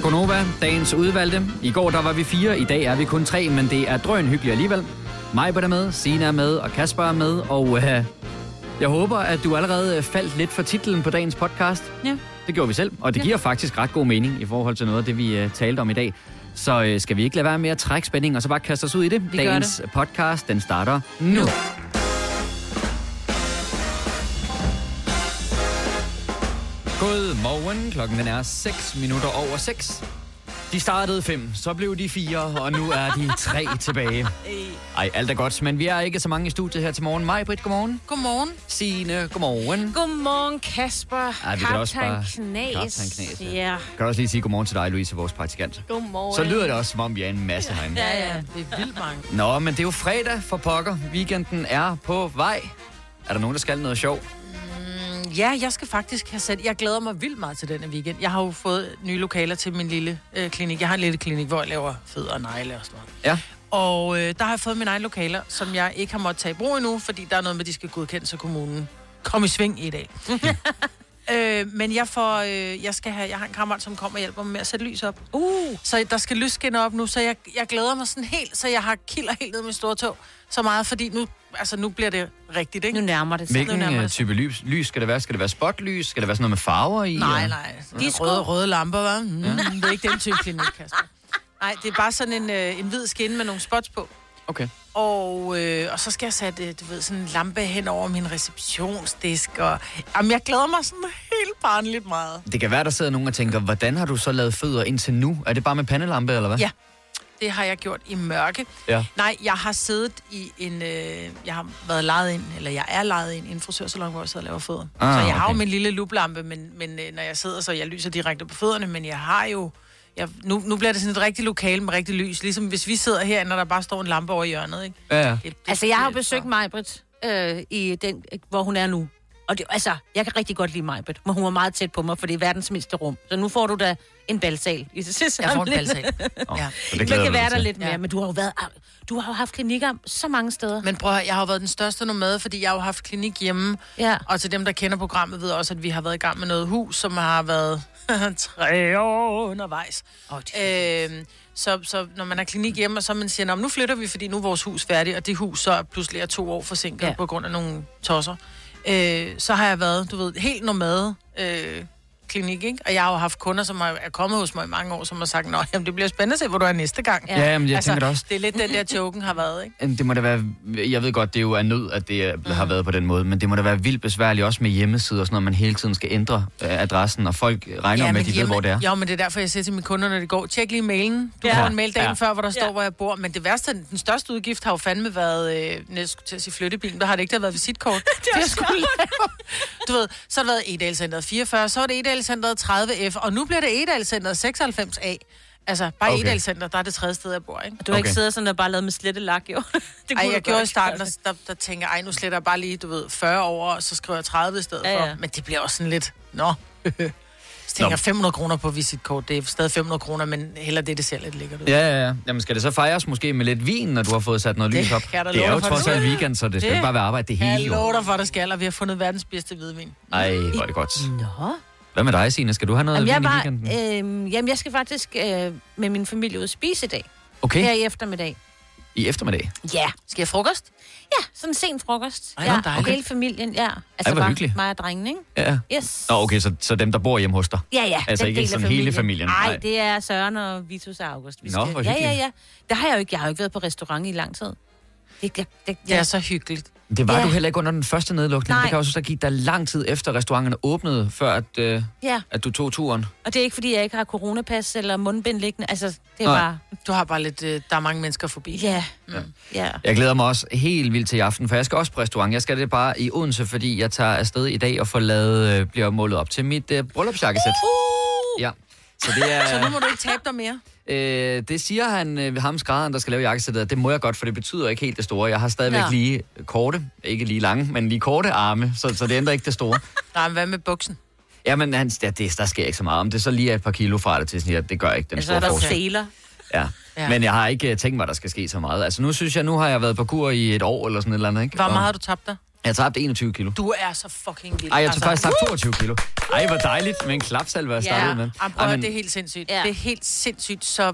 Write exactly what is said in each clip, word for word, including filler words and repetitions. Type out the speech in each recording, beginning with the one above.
Gonova, dagens udvalgte. I går der var vi fire, i dag er vi kun tre, men det er drøn hyggeligt alligevel. Majbert er med, Sina er med, og Kasper er med, og øh, jeg håber, at du allerede faldt lidt for titlen på dagens podcast. Ja. Det gjorde vi selv, og det giver ja. faktisk ret god mening i forhold til noget af det, vi øh, talte om i dag. Så øh, skal vi ikke lade være med at trække spænding, og så bare kaste os ud i det. Vi dagens det. podcast, den starter nu. Godmorgen, klokken den er seks minutter over seks. De startede fem, så blev de fire, og nu er de tre tilbage. Ej, alt er godt, men vi er ikke så mange i studiet her til morgen. Maj-Brit, godmorgen. Godmorgen. Signe, godmorgen. Godmorgen, Kasper. Ej, vi kan også bare... Knas. Kaptajn Knas, ja. Ja. Kan du også lige sige godmorgen til dig, Louise, vores praktikant. Godmorgen. Så lyder det også, som om vi er en masse herinde. Ja, ja, det er vildt mange. Nå, men det er jo fredag for pokker. Weekenden er på vej. Er der nogen, der skal noget sjov? Ja, jeg skal faktisk have sat... Jeg glæder mig vildt meget til denne weekend. Jeg har jo fået nye lokaler til min lille øh, klinik. Jeg har en lille klinik, hvor jeg laver fødder og negle og sådan noget. Ja. Og øh, der har jeg fået mine egne lokaler, som jeg ikke har måttet tage i brug endnu, fordi der er noget med, at de skal godkendes af kommunen. Kom i sving i dag. øh, men jeg får... Øh, jeg skal have... Jeg har en kammerat, som kommer og hjælper mig med at sætte lys op. Uh. Så der skal lysskinner op nu, så jeg, jeg glæder mig sådan helt, så jeg har kilder helt ned med store tog. Så meget, fordi nu, altså, nu bliver det rigtigt, ikke? Nu nærmer det sig. Hvilken uh, type lys, lys skal det være? Skal det være spotlys? Skal det være sådan noget med farver i? Nej, nej. De er røde, røde lamper, hva'? Mm, ja. Det er ikke den type klinik, Kasper. Nej, det er bare sådan en, øh, en hvid skinne med nogle spots på. Okay. Og, øh, og så skal jeg sætte, du ved, sådan en lampe hen over min receptionsdisk. Og, jamen, jeg glæder mig sådan helt barnligt meget. Det kan være, der sidder nogen og tænker, hvordan har du så lavet fødder indtil nu? Er det bare med pandelampe, eller hvad? Ja. Det har jeg gjort i mørke. Ja. Nej, jeg har siddet i en... Øh, jeg har været lejet ind, eller jeg er lejet ind i en frisørsalon, hvor jeg sidder og laver fødder. Ah, så jeg har okay. jo min lille luplampe, men, men øh, når jeg sidder, så jeg lyser direkte på fødderne, men jeg har jo... Jeg, nu, nu bliver det sådan et rigtigt lokale med rigtig lys, ligesom hvis vi sidder herinde, og der bare står en lampe over hjørnet, ikke? Ja, ja. Det, det, Altså, jeg har jo det- besøgt Majbrit øh, i den, hvor hun er nu. Og det, altså, jeg kan rigtig godt lide Majbrit, men hun er meget tæt på mig, for det er verdens mindste rum. Så nu får du da en balsal. I Jeg får en balsal. Oh, Ja. det Man glæder kan du dig være der til. lidt mere, Ja. men du har jo været, du har jo haft klinikker så mange steder. Men prøv at høre, jeg har jo været den største nomade, fordi jeg har jo haft klinik hjemme. Ja. Og til dem, der kender programmet, ved også, at vi har været i gang med noget hus, som har været tre år undervejs. Oh, Øhm, så, så når man har klinik hjemme, og så man siger, nu flytter vi, fordi nu er vores hus færdigt, og det hus så er pludselig er to år forsinket Ja. ja. på grund af nogle tosser. Øh, så har jeg været, du ved, helt nomade øh, klinik, ikke? Og jeg har jo haft kunder, som er kommet hos mig i mange år, som har sagt, nå, jamen, det bliver spændende at se, hvor du er næste gang. Ja. Ja, men jeg altså, tænker det også. Det er lidt den der joken har været, ikke? Det må da være, jeg ved godt, det er jo af nød, at det mm. har været på den måde, men det må da være vildt besværligt også med hjemmesider og sådan noget, man hele tiden skal ændre øh, adressen, og folk regner ja, med, at de hjemme, ved, hvor det er. Ja, men det er derfor, jeg siger til mine kunder, når de går, tjek lige mailen. Du Ja. får en mail dagen Ja. ja. før, hvor der står, Ja. hvor jeg bor. Men det værste, den største udgift har jo fandme været, øh, næsten til at sige flyttebilen, der har det ikke der været visitkort. det er jeg skulle lave. Du ved, så har det været Edalcenteret fireogfyrre, så er det Edalcenteret tredive F, og nu bliver det Edalcenteret seksoghalvfems A. Altså, bare Okay. okay. Edalcenter, der er det tredje sted, jeg bor, ikke? Du har ikke Okay. siddet sådan og bare lavet med slette lak, jo. det Ej, kunne jeg du gjorde i godt. starten, der, der, der tænker jeg, ej, nu sletter jeg bare lige, du ved, fyrre over, og så skriver jeg tredive i stedet Ja, for. ja. Men det bliver også sådan lidt, nå. Så tænker Nå. jeg fem hundrede kroner på visitkort, det er stadig fem hundrede kroner, men heller det, det ser lidt lækkert ud. Ja, ja, ja. Jamen, skal det så fejres måske med lidt vin, når du har fået sat noget Det lys op? kan jeg da Det er love jo dig for, trods det alt skal. weekend, så det skal Det- ikke bare være arbejde det Jeg hele jo. lover dig for, der skal, og vi har fundet verdens bedste hvidvin. Ej, hvor er det godt. Nå. Hvad med dig, Signe? Skal du have noget Jamen, vin jeg, i var, weekenden? øh, jamen, jeg skal faktisk øh, med min familie ud at spise i dag. Okay, Her i eftermiddag. i eftermiddag. Ja. Skal jeg frokost? Ja, sådan en sen frokost. Ej, ja, hvor dejligt. hele familien, ja. Altså hvor bare hyggeligt. mig og drengen, ikke? Ja. Yes. Nå, okay, så, så dem, der bor hjemme hos dig. Ja, ja. Altså den ikke del af sådan hele familien, Nej, nej. det er Søren og Vitus og August. Vi Nå, skal. hvor Ja, ja, hyggeligt. ja. Det har jeg jo ikke. Jeg har jo ikke været på restaurant i lang tid. Det, det, det, Det ja. er så hyggeligt. Det var Ja. du heller ikke under den første nedlukning. Nej. Det kan også så give dig lang tid efter restauranterne åbnede, før at, øh, ja, at du tog turen. og det er ikke, fordi jeg ikke har coronapas eller mundbind liggende. Altså, det er Nej. bare... Du har bare lidt, øh, der er mange mennesker forbi. Ja, Mm. ja. Jeg glæder mig også helt vildt til i aften, for jeg skal også på restaurant. Jeg skal det bare i Odense, fordi jeg tager afsted i dag og får lavet, øh, bliver målet op til mit øh, bryllupsjakkesæt. Uh! Ja. Så det er... Så nu må du ikke tabe dig mere. Øh, det siger han, øh, ham skrædderen, der skal lave jakkesættet, at det må jeg godt, for det betyder ikke helt det store. Jeg har stadigvæk Ja. lige korte, ikke lige lange, men lige korte arme, så, så det ændrer ikke det store. Nej, men hvad med buksen? Jamen, han, ja, det, der sker ikke så meget. Om det så lige er et par kilo fra det til sådan, at det gør ikke den Altså, er store der forskel. seler. Ja. Ja. Men jeg har ikke uh, tænkt mig, at der skal ske så meget. Altså, nu synes jeg, nu har jeg været på kur i et år eller sådan et eller andet, ikke? Hvor Og meget har du tabt dig? Jeg har tabt enogtyve kilo. Du er så fucking vild. Ej, jeg tog altså. faktisk tabt toogtyve kilo. Ej, hvor dejligt med en klapsalve, jeg startede Ja, med. Ej, prøv, men... det er helt sindssygt. Ja. Det er helt sindssygt, så,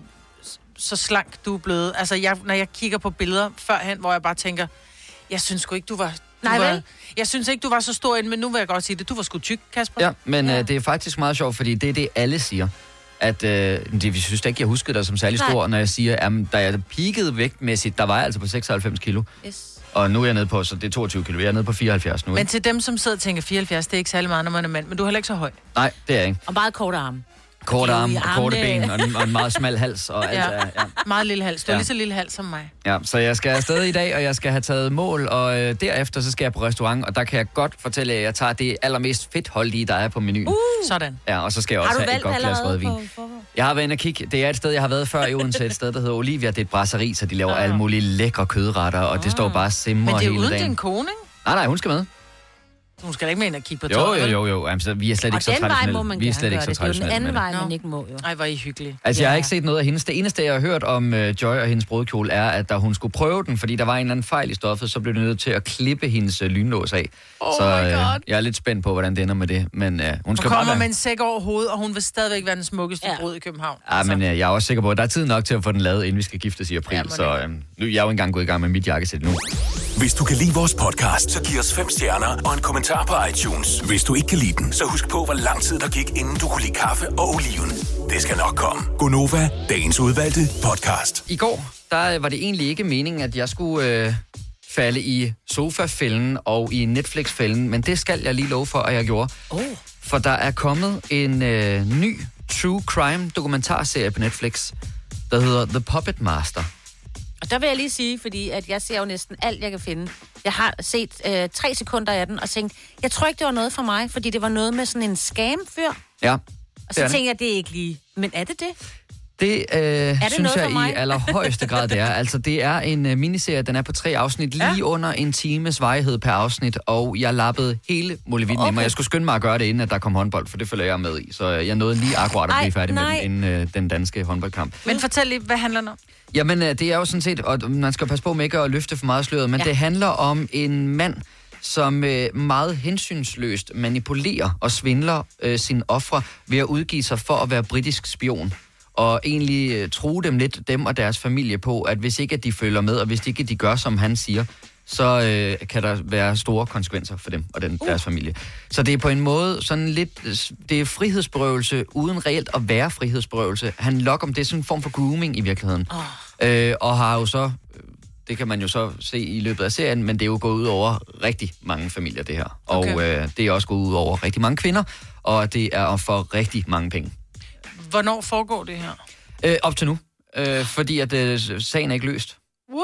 så slank du er blevet. Altså, jeg, når jeg kigger på billeder førhen, hvor jeg bare tænker, jeg synes sgu ikke, du var... Du Nej, var, vel? Jeg synes ikke, du var så stor ind, men nu vil jeg godt sige det. Du var sgu tyk, Kasper. Ja, men ja. Øh, det er faktisk meget sjovt, fordi det er det, alle siger. At øh, det, vi synes ikke, jeg husker dig som særlig stor, når jeg siger, at da jeg peakede vægtmæssigt, der var jeg altså på seksoghalvfems kilo. Yes. Og nu er jeg nede på, så det er toogtyve kilo. Jeg er nede på fireoghalvfjerds nu. Men til dem, som sidder og tænker fireoghalvfjerds, det er ikke særlig meget, når man er mand. Men du er heller ikke så høj. Nej, det er jeg ikke. Og meget korte arme. Korte arme og korte ben og en, og en meget smal hals. Og alt, ja. ja. Ja. Meget lille hals. Du er ja. lige så lille hals som mig. Ja, så jeg skal afsted i dag, og jeg skal have taget mål, og øh, derefter så skal jeg på restaurant, og der kan jeg godt fortælle, at jeg tager det allermest fedtholdige, der er på menuen. Uh, sådan. Ja, og så skal jeg også have et godt glas rødvin. Jeg har været inde og kigge. Det er et sted, jeg har været før i Odense, et sted, der hedder Olivia. Det er et brasserie, så de laver uh. alle mulige lækre kødretter, og uh. det står bare simmer hele dagen. Men det er uden din kone, ikke? Nej, nej, hun skal med. Hun skal da ikke med ind og kigge på jo, jo, jo, jo. Altså, vi er slet ikke og så traditionelle. Vi er slet ikke så traditionelle. Og den vej må man gerne gøre det. Det er jo den anden vej, man ikke må jo. Ej, hvor er I hyggelige. Altså, jeg har ikke set noget af hendes. Det eneste, jeg har hørt om uh, Joy og hendes brudekjole, er, at da hun skulle prøve den, fordi der var en eller anden fejl i stoffet, så blev det nødt til at klippe hendes uh, lynlås af. Oh så uh, jeg er lidt spændt på, hvordan det ender med det. Men uh, hun, hun skal kommer bare med en sæk over hovedet, og hun vil stadigvæk være den smukkeste ja. brud i København. Ja, altså. men uh, jeg er også sikker på, at der er tid nok til at få den lavet, inden vi skal giftes i april. Ja, så uh, nu jeg er jo engang gået i gang med mit jakkesæt nu. Hvis du kan lide vores podcast, så giv os fem stjerner og en kommentar på iTunes. Hvis du ikke kan lide den, så husk på, hvor lang tid der gik, inden du kunne lide kaffe og oliven. Det skal nok komme. Gonova, dagens udvalgte podcast. I går, der var det egentlig ikke meningen, at jeg skulle øh, falde i sofafælden og i Netflix-fælden, men det skal jeg lige love for, at jeg gjorde. Oh. For der er kommet en øh, ny true crime dokumentarserie på Netflix, der hedder The Puppet Master. Og der vil jeg lige sige, fordi at jeg ser jo næsten alt, jeg kan finde. Jeg har set øh, tre sekunder af den og tænkt, jeg tror ikke, det var noget for mig, fordi det var noget med sådan en scam-fyr. Ja, og så tænker jeg, det er ikke lige. Men er det det? Det, øh, det synes jeg i allerhøjeste grad, det er. Altså, det er en uh, miniserie, den er på tre afsnit, lige ja. under en times varighed per afsnit, og jeg lappede hele muligheden okay. i mig. Jeg skulle skynde mig at gøre det, inden at der kom håndbold, for det følger jeg med i. Så jeg nåede lige akkurat at blive færdig nej. med den, inden uh, den danske håndboldkamp. Men fortæl lige, hvad handler det om? Jamen, uh, det er jo sådan set, og man skal passe på med ikke at løfte for meget sløret, men ja. det handler om en mand, som øh, meget hensynsløst manipulerer og svindler øh, sine ofre ved at udgive sig for at være britisk spion. Og egentlig øh, true dem lidt, dem og deres familie, på, at hvis ikke at de følger med, og hvis ikke de gør, som han siger, så øh, kan der være store konsekvenser for dem og den, uh. deres familie. Så det er på en måde sådan lidt, det er frihedsberøvelse uden reelt at være frihedsberøvelse. Han lokker om, det er sådan en form for grooming i virkeligheden. Oh. Øh, og har jo så, det kan man jo så se i løbet af serien, men det er jo gået ud over rigtig mange familier, det her. Okay. Og øh, det er også gået ud over rigtig mange kvinder, og det er for rigtig mange penge. Hvornår foregår det her? Øh, op til nu. Øh, fordi at øh, sagen er ikke løst.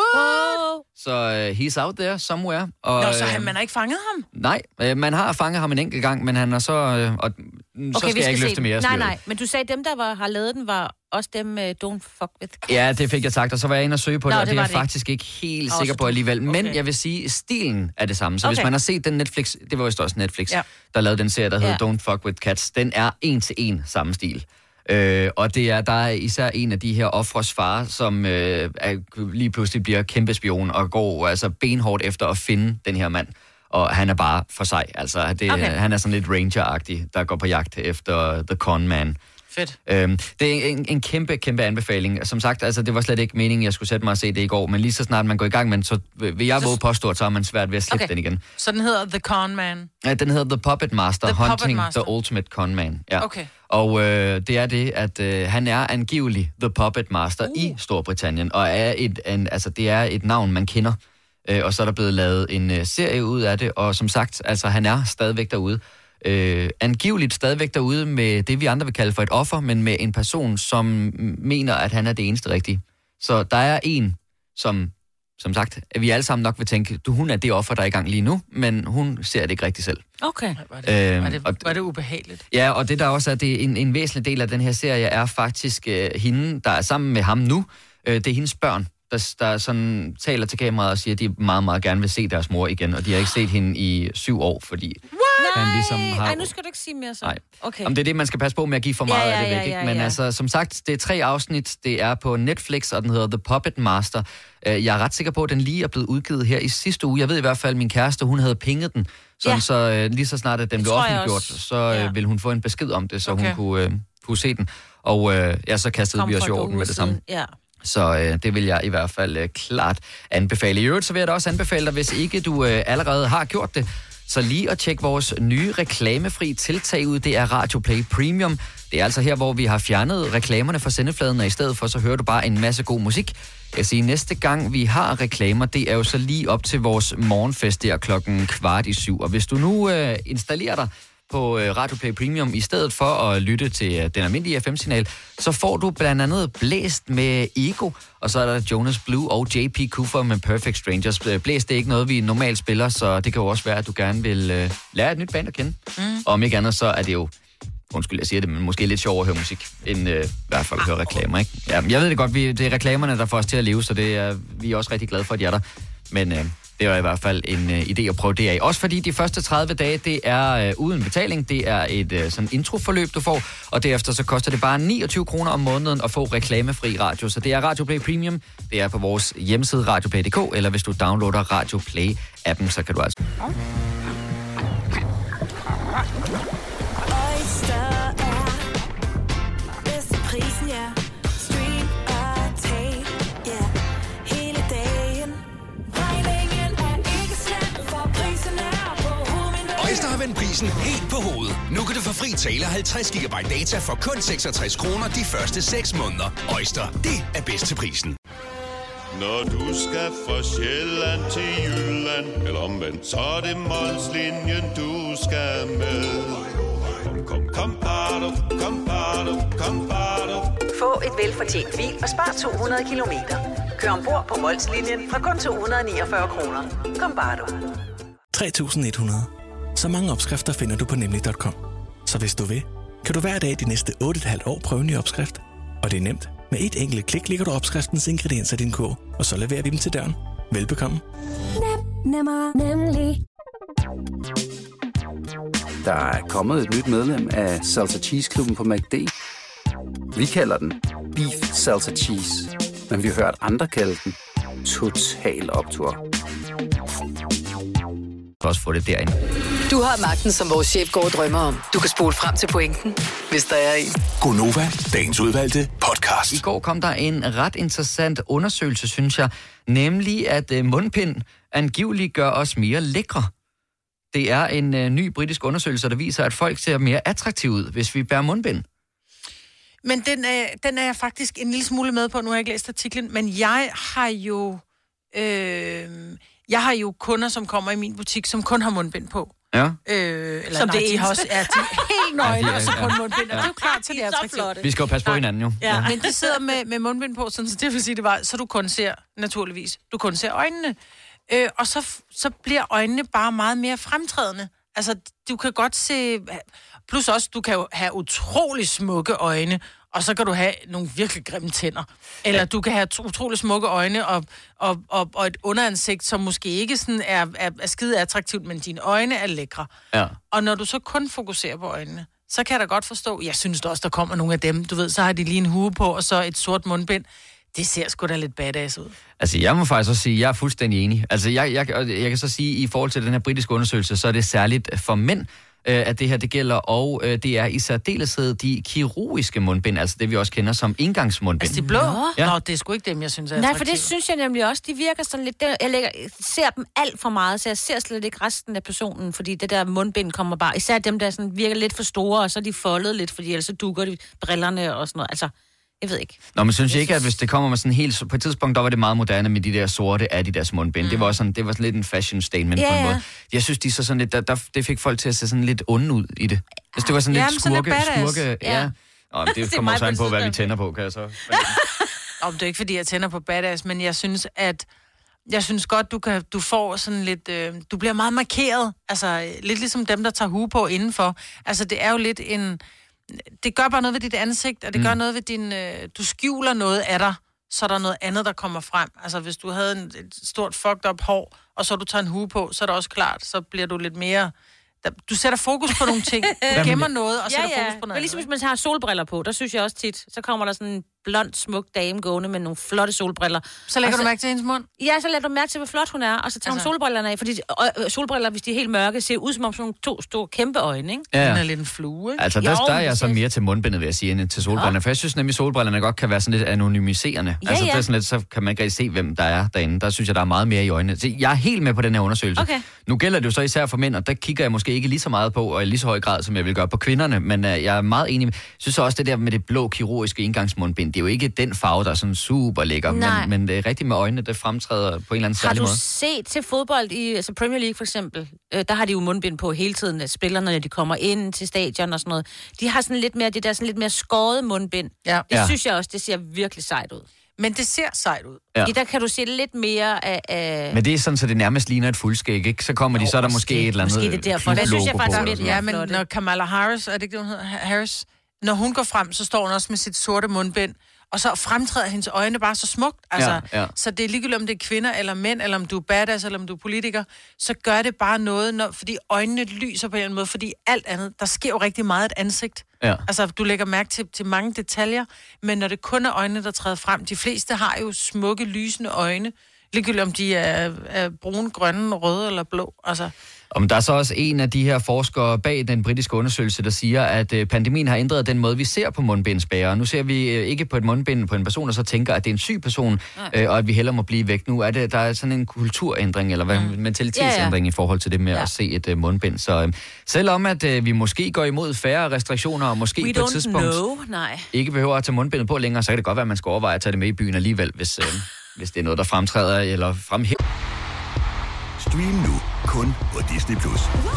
Wow! Så uh, he's out there somewhere. Og, Nå, så han, man har ikke fanget ham? Nej, øh, man har fanget ham en enkelt gang, men han er så... Øh, og, så okay, skal jeg ikke løfte mere. Nej, nej, men du sagde, dem, der var, har lavet den, var også dem, uh, Don't Fuck With Cats. Ja, det fik jeg sagt, og så var jeg inde og søge på Nå, det, og det det er jeg det faktisk ikke helt sikker på alligevel. Men okay. jeg vil sige, stilen er det samme. Så okay. hvis man har set den Netflix, det var vist også Netflix, ja. der lavede den serie, der hedder ja. Don't Fuck With Cats, den er en til en samme stil. Øh, og det er, der er især en af de her ofres far, som øh, er, lige pludselig bliver kæmpe spion og går altså benhårdt efter at finde den her mand. Og han er bare for sig. Altså, det, okay. han er sådan lidt ranger-agtig, der går på jagt efter The Con Man. Fedt. Øhm, det er en, en kæmpe, kæmpe anbefaling. Som sagt, altså, det var slet ikke meningen, jeg skulle sætte mig og se det i går, men lige så snart man går i gang med den, så vil jeg våge påstå, at så er man svært ved at slippe okay. den igen. Så den hedder The Con Man? Ja, den hedder The Puppet Master, The Hunting Puppet Master. the Ultimate Con Man. Ja. Okay. Og øh, det er det, at øh, han er angivelig The Puppet Master uh. i Storbritannien, og er et, en, altså, det er et navn, man kender. Øh, og så er der blevet lavet en øh, serie ud af det, og som sagt, altså, han er stadigvæk derude. Øh, angiveligt stadigvæk derude med det, vi andre vil kalde for et offer, men med en person, som mener, at han er det eneste rigtige. Så der er en, som, som sagt, at vi alle sammen nok vil tænke, du, hun er det offer, der er i gang lige nu, men hun ser det ikke rigtigt selv. Okay. Var det, øh, var det, var det ubehageligt? Ja, og det der også er, det er en, en væsentlig del af den her serie, er faktisk øh, hende, der er sammen med ham nu. Øh, det er hendes børn, der, der sådan taler til kameraet og siger, at de meget, meget gerne vil se deres mor igen, og de har ikke set hende i syv år, fordi... What? han ligesom har... Ej, nu skal du ikke sige mere så. Nej. Okay. Om det er det, man skal passe på med at give for meget Ja, ja, af det væk. ja, Ikke? ja, Men ja. altså, som sagt, det er tre afsnit. Det er på Netflix, og den hedder The Puppet Master. Jeg er ret sikker på, at den lige er blevet udgivet her i sidste uge. Jeg ved i hvert fald, at min kæreste, hun havde pinget den. Sådan, Ja. så lige så snart, at den Det blev tror jeg offentliggjort, også. så Ja. øh, ville hun få en besked om det, så Okay. hun kunne, øh, kunne se den. Og øh, ja, så kastede Kom vi os for i et par orden uger med det samme. siden. Ja. Så øh, det vil jeg i hvert fald øh, klart anbefale. I øvrigt så vil jeg da også anbefale dig, hvis ikke du øh, allerede har gjort det, så lige at tjekke vores nye reklamefri tiltag ud. Det er Radio Play Premium. Det er altså her, hvor vi har fjernet reklamerne fra sendefladen, og i stedet for så hører du bare en masse god musik. Jeg siger, næste gang vi har reklamer, det er jo så lige op til vores morgenfest der klokken kvart i syv. Og hvis du nu øh, installerer dig på Radio Play Premium, i stedet for at lytte til den almindelige F M-signal, så får du blandt andet Blæst med Ego, og så er der Jonas Blue og J P Cooper med Perfect Strangers. Blæst det er ikke noget, vi normalt spiller, så det kan jo også være, at du gerne vil øh, lære et nyt band at kende. Mm. Og om ikke andet, så er det jo, undskyld, jeg siger det, men måske lidt sjovere at høre musik, end øh, i hvert fald at høre reklamer, ikke? Ja, jeg ved det godt, vi, det er reklamerne, der får os til at leve, så det er, vi er også rigtig glade for, at de er der. Men... Øh, det er i hvert fald en uh, idé at prøve det af. Også fordi de første tredive dage, det er uh, uden betaling. Det er et uh, sådan introforløb, du får. Og derefter så koster det bare niogtyve kroner om måneden at få reklamefri radio. Så det er Radio Play Premium. Det er på vores hjemmeside radioplay punktum d k, eller hvis du downloader Radio Play-appen, så kan du altså... Øjster har vendt prisen helt på hovedet. Nu kan du få fri tale halvtreds gigabyte data for kun seksogtres kroner de første seks måneder. Øjster, det er bedst til prisen. Når du skal fra Sjælland til Jylland, eller omvendt, så er det Molslinjen, du skal med. Kom, kom, kom, bado, kom, bado, kom, bado. Få et velfortjent bil og spar to hundrede kilometer. Kør ombord på Molslinjen fra kun to hundrede niogfyrre kroner. Kom, bare du. tre tusind et hundrede. Så mange opskrifter finder du på nemlig punktum com. Så hvis du vil, kan du hver dag de næste otte komma fem år prøve en ny opskrift. Og det er nemt. Med et enkelt klik ligger du opskriftens ingredienser i din kog, og så leverer vi dem til døren. Velbekomme. Nem, nemmer, nemlig. Der er kommet et nyt medlem af Salsa Cheese Klubben på McD. Vi kalder den Beef Salsa Cheese, men vi har hørt andre kalde den Total Optur. Også få det derind. Du har magten, som vores chef går og drømmer om. Du kan spole frem til pointen, hvis der er en. Gonova, dagens udvalgte podcast. I går kom der en ret interessant undersøgelse, synes jeg, nemlig at uh, mundbind angiveligt gør os mere lækre. Det er en uh, ny britisk undersøgelse, der viser, at folk ser mere attraktive ud, hvis vi bærer mundbind. Men den er, den er jeg faktisk en lille smule med på. Nu har jeg ikke læst artiklen, men jeg har jo... Øh, jeg har jo kunder, som kommer i min butik, som kun har mundbind på. Ja. Øh, eller Som nej, det de har også, er de helt nøgne, Ja, de er- og så kun ja. mundbind. Og det er jo klart til, det er attraktivt. Vi skal jo passe på hinanden jo. Ja, men de sidder med, med mundbind på, sådan, så det vil sige, det var, så du kun ser, naturligvis, du kun ser øjnene. Øh, og så, så bliver øjnene bare meget mere fremtrædende. Altså, du kan godt se... Plus også, du kan jo have utrolig smukke øjne, og så kan du have nogle virkelig grimme tænder. Eller ja. Du kan have utrolig smukke øjne og, og, og, og et underansigt, som måske ikke sådan er, er, er skide attraktivt, men dine øjne er lækre. Ja. Og når du så kun fokuserer på øjnene, så kan jeg da godt forstå, jeg synes da også, der kommer nogle af dem, du ved, så har de lige en hue på, og så et sort mundbind. Det ser sgu da lidt badass ud. Altså, jeg må faktisk også sige, at jeg er fuldstændig enig. Altså, jeg, jeg, jeg kan så sige, at i forhold til den her britiske undersøgelse, så er det særligt for mænd, øh, at det her det gælder, og øh, det er i særdeleshed de kirurgiske mundbind, altså det vi også kender som indgangsmundbind. Altså de blå? Nå. Ja. Nå, det er sgu ikke dem, jeg synes er Nej, for attraktive. det synes jeg nemlig også. De virker sådan lidt... Jeg lægger, ser dem alt for meget, så jeg ser slet ikke resten af personen, fordi det der mundbind kommer bare... Især dem, der sådan virker lidt for store, og så er de foldet lidt, fordi ellers så dukker de brillerne og sådan noget. Altså, jeg ved ikke. Nå, men synes jeg ikke, at hvis det kommer med sådan helt... På et tidspunkt, der var det meget moderne med de der sorte Adidas mundbind. Mm. Det var sådan, det var sådan lidt en fashion statement Ja, på en ja. måde. Jeg synes, de så sådan lidt... Der, der, det fik folk til at se sådan lidt onde ud i det. Hvis det var sådan Ja, lidt men sådan skurke... lidt badass. skurke ja. Ja. Nå, men det Det er kommer mig også på an et på, hvad vi tidspunkt. tænder på, kan jeg så... Om det er ikke, fordi jeg tænder på badass, men jeg synes, at... Jeg synes godt, du kan, du får sådan lidt... Øh, du bliver meget markeret. Altså, lidt ligesom dem, der tager hue på indenfor. Altså, det er jo lidt en... Det gør bare noget ved dit ansigt, og det mm. gør noget ved din... Øh, du skjuler noget af dig, så er der noget andet, der kommer frem. Altså, hvis du havde en, et stort fucked up hår, og så du tager en hue på, så er det også klart, så bliver du lidt mere du sætter fokus på nogle ting. Du gemmer noget, og sætter ja, ja. fokus på noget. Det er ligesom, hvis man har solbriller på. Der synes jeg også tit, så kommer der sådan en blond, smuk dame gående med nogle flotte solbriller. Så lægger så, du mærke til hendes mund? Ja, så lægger du mærke til, hvor flot hun er, og så tager altså. hun solbrillerne af. Fordi øh, solbriller, hvis de er helt mørke, ser ud som om sådan nogle to store kæmpe øjne, ikke? Ja. Den er lidt en flue, ikke? Altså, der, der er jeg så mere til mundbindet, vil jeg sige, end til solbrillerne. Ja. For jeg synes nemlig, solbrillerne godt kan være sådan lidt anonymiserende. Ja, altså, ja. det er sådan lidt, så kan man ikke rigtig se, hvem der er derinde. Der synes jeg, der er meget mere i øjnene. Så jeg er helt med på den her undersøgelse. Okay. Nu gælder det jo så især for mænd, og der kigger jeg måske ikke lige så meget på, og i lige så høj grad, som jeg vil gøre på kvinderne. Men uh, jeg er meget enig med, jeg synes også, det der med det blå kirurgiske indgangsmundbind, det er jo ikke den farve, der er sådan super lækker. Men, men det er rigtigt med øjnene, det fremtræder på en eller anden særlig måde. Har du set til fodbold i altså Premier League for eksempel? Øh, der har de jo mundbind på hele tiden, at spillerne, når de kommer ind til stadion og sådan noget. De har sådan lidt mere, det der sådan lidt mere skåret mundbind. Ja. Det Ja. synes jeg også, det ser virkelig sejt ud. Men det ser sejt ud. Ja. Fordi der kan du se lidt mere af... af... Men det er sådan, så det nærmest ligner et fuldskæg, ikke? Så kommer de, så er der måske et eller andet måske det er derfor. klublogo Det synes jeg faktisk på, er lidt- eller sådan Ja, noget. men når Kamala Harris, er det ikke det, hun hedder? Harris? Når hun går frem, så står hun også med sit sorte mundbind, og så fremtræder hendes øjne bare så smukt. Altså, Ja, ja. Så det er ligegyldigt, om det er kvinder eller mænd, eller om du er badass, eller om du er politiker, så gør det bare noget, når, fordi øjnene lyser på en eller anden måde, fordi alt andet, der sker jo rigtig meget et ansigt. Ja. Altså, du lægger mærke til, til mange detaljer, men når det kun er øjnene, der træder frem, de fleste har jo smukke, lysende øjne, ligegyldigt om de er, er brune, grønne, røde eller blå. Altså, Om der er så også en af de her forskere bag den britiske undersøgelse, der siger, at øh, pandemien har ændret den måde, vi ser på mundbindsbærere. Nu ser vi øh, ikke på et mundbind på en person, der så tænker, at det er en syg person, øh, og at vi hellere må blive væk. Nu er det, der er sådan en kulturændring, eller hvad, mm. mentalitetsændring ja, ja. i forhold til det med ja. at se et øh, mundbind. Så øh, selvom at øh, vi måske går imod færre restriktioner, og måske We på et don't tidspunkt know. Nej. ikke behøver at tage mundbindet på længere, så kan det godt være, at man skal overveje at tage det med i byen alligevel, hvis, øh, hvis det er noget, der fremtræder eller fremhæver. Stream nu kun på Disney plus.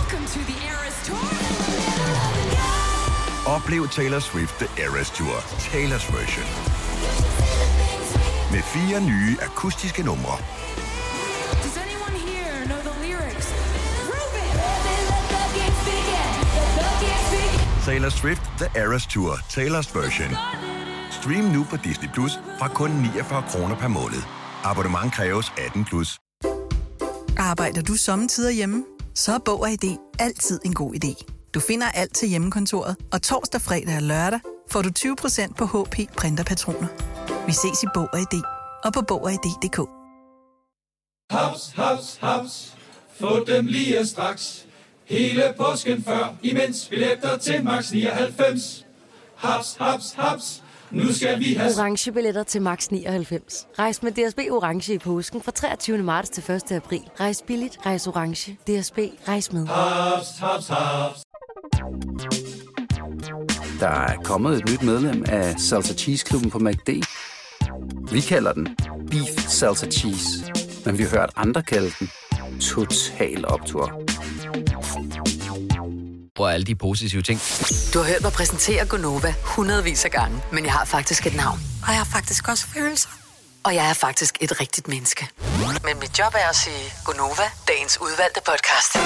Oplev Taylor Swift The Eras Tour, Taylor's version. Med fire nye akustiske numre. Taylor Swift The Eras Tour, Taylor's version. Stream nu på Disney plus fra kun niogfyrre kroner per måned. Abonnement kræves atten plus. Arbejder du sommetider hjemme? Så er Bog og I D altid en god idé. Du finder alt til hjemmekontoret, og torsdag, fredag og lørdag får du tyve procent på H P printerpatroner. Vi ses i Bog og I D og på bog og i d punktum d k. Haps, haps, haps. Få dem lige straks. Hele påsken før, imens billetter til max nioghalvfems. Haps, haps, haps. Nu skal vi have... Orange billetter til max nioghalvfems. Rejs med D S B Orange i påsken fra treogtyvende marts til første april. Rejs billigt, rejs orange. D S B, rejs med. Haps, haps, haps. Der er kommet et nyt medlem af Salsa Cheese Klubben på McD. Vi kalder den Beef Salsa Cheese, men vi har hørt andre kalde den Total Optur. Og alle de positive ting. Du har hørt mig præsentere Gonova hundredvis af gange, men jeg har faktisk et navn. Og jeg har faktisk også følelser. Og jeg er faktisk et rigtigt menneske. Men mit job er at sige Gonova, dagens udvalgte podcast.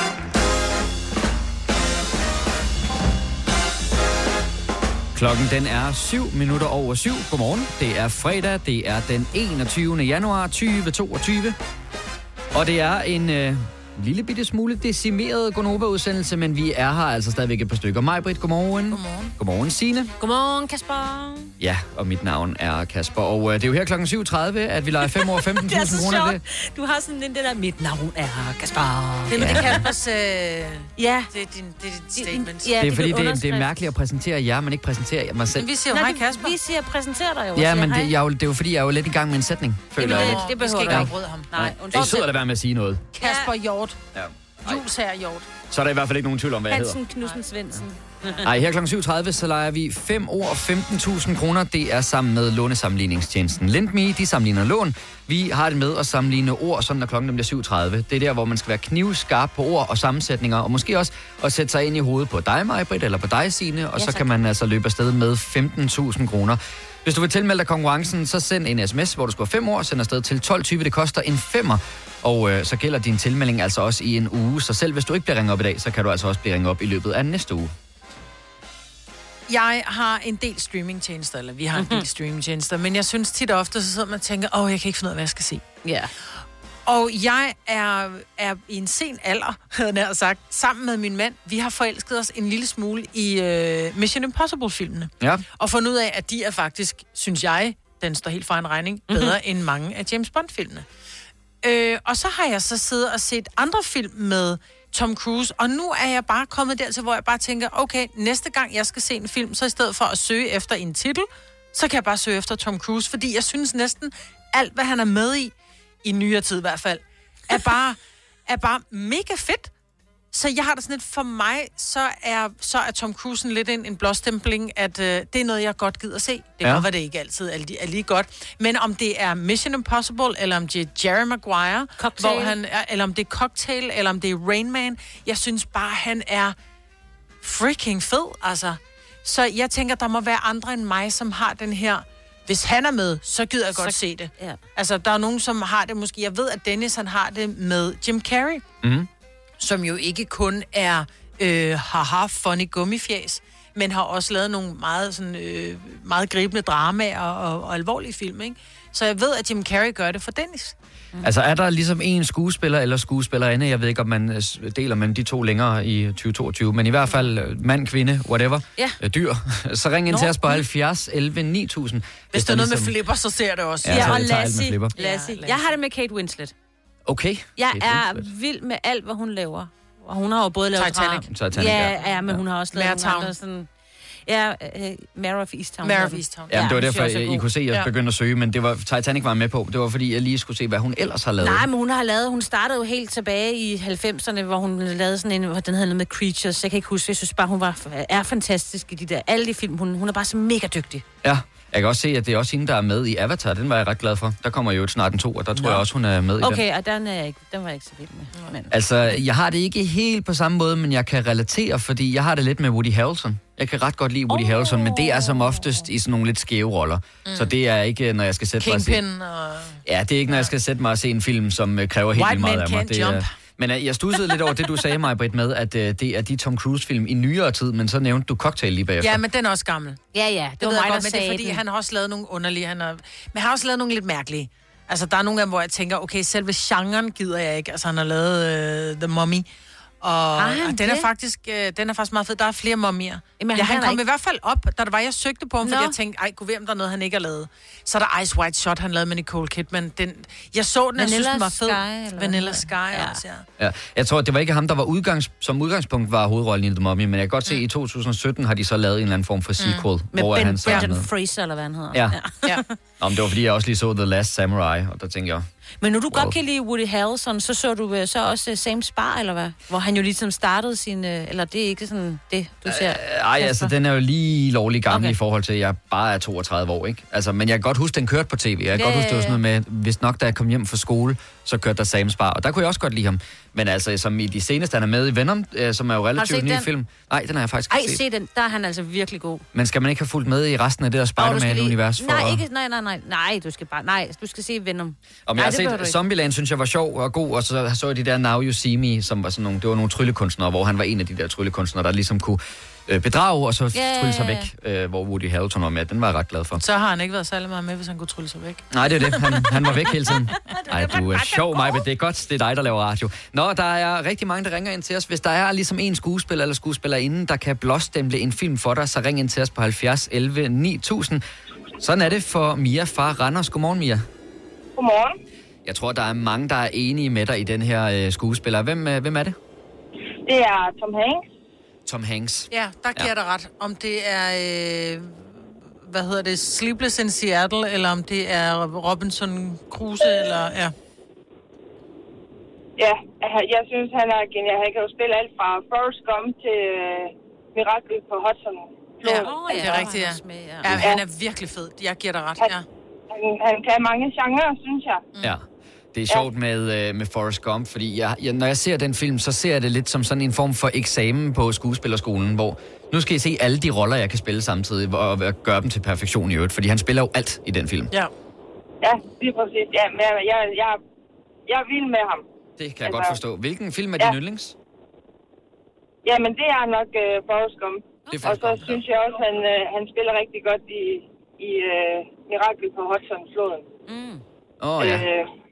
Klokken den er syv minutter over syv. Godmorgen. Det er fredag. Det er den enogtyvende januar tyve toogtyve. Og det er en øh, lille bitte smule decimeret Gonova-udsendelse, men vi er her altså stadigvæk et par stykker. Maj-Brit, godmorgen. Godmorgen. Godmorgen, Signe. Godmorgen, Kasper. Ja, og mit navn er Kasper. Og øh, det er jo her klokken syv tredive, at vi leger fem år femten tusind kroner. Det. Du har sådan en det der, mit navn er Kasper. Det er Ja. det Kaspers... Øh, ja. Det er din, det er dit statement. Ja, det er fordi, det, er- det er mærkeligt at præsentere jer, men ikke præsentere mig selv. Men vi siger jo Nej, hej, du- Kasper. Vi siger præsentere dig jo. og Ja, siger men hej. det, jeg er jo, det er jo fordi, jeg er jo lidt i gang med en sætning, føler Jamen, jeg det, lidt. det Vi skal behøver ikke du afbryde ham. Nej, Det er sødt at lade være med at sige noget. Kasper Hjort. Ja. Jules her Hjort. Så er der i hvert fald ikke nogen tvivl om, hvad jeg hedder. Hansen Knudsen Svendsen. Ej, her klokken syv tredive, så leger vi fem år femten tusind kroner. Det er sammen med lånesammenligningstjenesten LendMe. De sammenligner lån. Vi har det med at sammenligne ord, sådan når klokken bliver syv tredive. Det er der, hvor man skal være knivskarp på ord og sammensætninger, og måske også at sætte sig ind i hovedet på dig, Maj-Brit, eller på dig, Signe, og Ja, så tak. kan man altså løbe afsted med femten tusind kroner. Hvis du vil tilmelde dig konkurrencen, så send en sms, hvor du skal have fem år, send afsted til tolv tyve. Det koster en femmer, og øh, så gælder din tilmelding altså også i en uge. Så selv hvis du ikke bliver ringet op i dag, så kan du altså også blive ringet op i løbet af næste uge. Jeg har en del streamingtjenester, eller vi har en del streamingtjenester, men jeg synes tit og ofte, så sidder man og tænker, åh, jeg kan ikke finde ud af, hvad jeg skal se. Ja. Og jeg er, er i en sen alder, havde jeg sagt, sammen med min mand. Vi har forelsket os en lille smule i uh, Mission Impossible-filmene. Ja. Og fundet ud af, at de er faktisk, synes jeg, den står helt for en regning, bedre mm-hmm. end mange af James Bond-filmene. Øh, og så har jeg så siddet og set andre film med Tom Cruise, og nu er jeg bare kommet dertil, hvor jeg bare tænker, okay, næste gang jeg skal se en film, så i stedet for at søge efter en titel, så kan jeg bare søge efter Tom Cruise, fordi jeg synes næsten alt, hvad han er med i, i nyere tid i hvert fald, er bare, er bare mega fedt. Så jeg har det sådan lidt, for mig, så er, så er Tom Cruise lidt en, en blåstempling, at øh, det er noget, jeg godt gider se. Det Ja. kan være, det ikke altid er, er lige godt. Men om det er Mission Impossible, eller om det er Jerry Maguire, Cocktail. hvor han er, eller om det er Cocktail, eller om det er Rain Man, jeg synes bare, han er freaking fed, altså. Så jeg tænker, der må være andre end mig, som har den her... Hvis han er med, så gider jeg godt Så- se det. ja. Altså, der er nogen, som har det måske... Jeg ved, at Dennis, han har det med Jim Carrey, Mm. som jo ikke kun er øh, haha, funny gummifjæs, men har også lavet nogle meget, sådan, øh, meget gribende dramaer og, og alvorlige film, ikke? Så jeg ved, at Jim Carrey gør det for Dennis. Mm. Altså er der ligesom en skuespiller eller skuespillerinde, jeg ved ikke, om man øh, deler mellem de to længere i tyve toogtyve, men i hvert fald øh, mand, kvinde, whatever, Ja. øh, dyr, så ring ind Nå, til os på mm. halvfjerds elleve ni tusind. Hvis der er noget med flipper, så ser det også. Ja, Ja, så og jeg tager alt med Lassie. flipper. Lassie. Ja, Jeg har det med Kate Winslet. Okay. Jeg Kate er Winslet. vild med alt, hvad hun laver. Og hun har jo både lavet Titanic. drama- Titanic, ja. ja, ja, men hun har også lavet Mare nogle andre sådan... Ja, uh, Mare of Easttown. Mare hedder of den. Easttown. Ja, det var Ja, derfor, synes jeg også er I god. kunne se, at jeg Ja. begyndte at søge, men det var Titanic var jeg med på. Det var fordi, jeg lige skulle se, hvad hun ellers har lavet. Nej, men hun har lavet, hun startede jo helt tilbage i halvfemserne, hvor hun lavede sådan en, hvor den hed noget med Creatures. Jeg kan ikke huske, jeg synes bare, hun var, er fantastisk i de der, alle de film. Hun, hun er bare så mega dygtig. Ja, jeg kan også se, at det er også hende, der er med i Avatar. Den var jeg ret glad for. Der kommer jo snart en to, og der tror Nå. jeg også, hun er med i den. Okay, og den, er jeg ikke, den var jeg ikke så vild med. Men. Altså, jeg har det ikke helt på samme måde, men jeg kan relatere, fordi jeg har det lidt med Woody Harrelson. Jeg kan ret godt lide Woody oh. Harrelson, men det er som oftest i sådan nogle lidt skæve roller. Mm. Så det er ikke, når jeg skal sætte mig og se... Kingpin og... Ja, det er ikke, når jeg skal sætte mig og se en film, som øh, kræver helt White vildt meget man af mig. can't Det, er- jump. men øh, jeg studsede lidt over det, du sagde mig, Britt, med, at øh, det er de Tom Cruise-film i nyere tid, men så nævnte du Cocktail lige bagefter. Ja, men den er også gammel. Ja, ja, det, Det var ved jeg mig, godt, der men det er sagde fordi, den. han har også lavet nogle underlige... Han har, men han har også lavet nogle lidt mærkelige. Altså, der er nogle af dem, hvor jeg tænker, okay, selve genren gider jeg ikke. Altså, han har lavet uh, The Mummy. Og, han og den det? er faktisk øh, den er faktisk meget fed. Der er flere mummier. Jamen, Ja, han han er kom ikke- i hvert fald op, da det var, jeg søgte på ham, fordi Nå. jeg tænkte, ej, gud ved, om der er noget, han ikke har lavet. Så er der Ice White Shot, han lavede med Nicole Kidman. Den, jeg så den, jeg synes, Vanilla den var fed. Sky, eller Vanilla hvad? Sky Ja. også, ja. Ja, jeg tror, det var ikke ham, der var udgangs, som udgangspunkt var hovedrollen i The Mummy, men jeg kan godt se, at i to tusind sytten har de så lavet en eller anden form for sequel, Med hvor Ben, han så er Brendan med. Fraser, eller hvad han hedder. Ja. ja. Nå, men det var fordi, jeg også lige så The Last Samurai, og der tænkte jeg, Men når du Wow. godt kan lide Woody Harrelson, så så du øh, så også uh, Sam Spar, eller hvad? Hvor han jo ligesom startede sin... Uh, eller det er ikke sådan det, du ser. ej, altså, den er jo lige lovlig gammel Okay. i forhold til, at jeg bare er toogtredive år, ikke? Altså, men jeg kan godt huske, den kørte på tv. Jeg kan Ja, godt huske, det var ja, sådan noget med, hvis nok, da jeg kom hjem fra skole, så kørte der Sam Spar, og der kunne jeg også godt lide ham. Men altså, som i de seneste, han er med i Venom, øh, som er jo relativt set ny den? film. Nej, den har jeg faktisk Ej, ikke set. se den. Der er han altså virkelig god. Men skal man ikke have fulgt med i resten af det der Åh, du skal Spider-Man-univers? lige- for Nej, at- ikke, nej, nej, nej. Nej, du skal bare... Nej, du skal se Venom. Om nej, jeg det har behøver du set ikke. Zombieland, synes jeg var sjov og god, og så så jeg de der Now You See Me, som var sådan nogle, det var nogle tryllekunstnere, hvor han var en af de der tryllekunstnere, der ligesom kunne øh, bedrage, og så Ja, trylle sig ja, væk, øh, hvor Woody Harrelson var med. Den var jeg ret glad for. Så har han ikke været særlig meget med, hvis han kunne trylle sig væk. Nej, det er det. Han, han var væk hele tiden. Ej, du er sjov, Maja, men det er godt, det er dig, der laver radio. Nå, der er rigtig mange, der ringer ind til os. Hvis der er ligesom en skuespiller eller skuespillerinde, der kan blåstemple en film for dig, så ring ind til os på halvfjerds elleve ni tusind. Sådan er det for Mia fra Randers. Godmorgen, Mia. Godmorgen. Jeg tror, der er mange, der er enige med dig i den her øh, skuespiller. Hvem, øh, hvem er det? Det er Tom Hanks. Tom Hanks. Ja, der giver ja. dig ret. Om det er, øh, hvad hedder det, Sleepless in Seattle, eller om det er Robinson Crusoe, eller ja. Ja, jeg synes, han er genial. Han kan jo spille alt fra Forrest Gump til uh, Mirakel på Hudson. Ja, oh, det er rigtigt, ja. Ja, han er virkelig fed. Jeg giver dig ret, ja. Han, han kan mange genrer, synes jeg. Ja. Det er sjovt ja. med, øh, med Forrest Gump, fordi jeg, jeg, når jeg ser den film, så ser jeg det lidt som sådan en form for eksamen på skuespillerskolen, hvor nu skal I se alle de roller, jeg kan spille samtidig, og, og gøre dem til perfektion i øvrigt, fordi han spiller jo alt i den film. Ja. Ja, lige præcis. Ja, men jeg, jeg, jeg, jeg er vild med ham. Det kan jeg altså, godt forstå. Hvilken film er ja. din yndlings? Jamen, det er nok uh, Forrest Gump. Og så Gump, synes ja. jeg også, at han, uh, han spiller rigtig godt i, i uh, Mirakel på Hudson-floden. Åh, mm. oh, ja. Uh,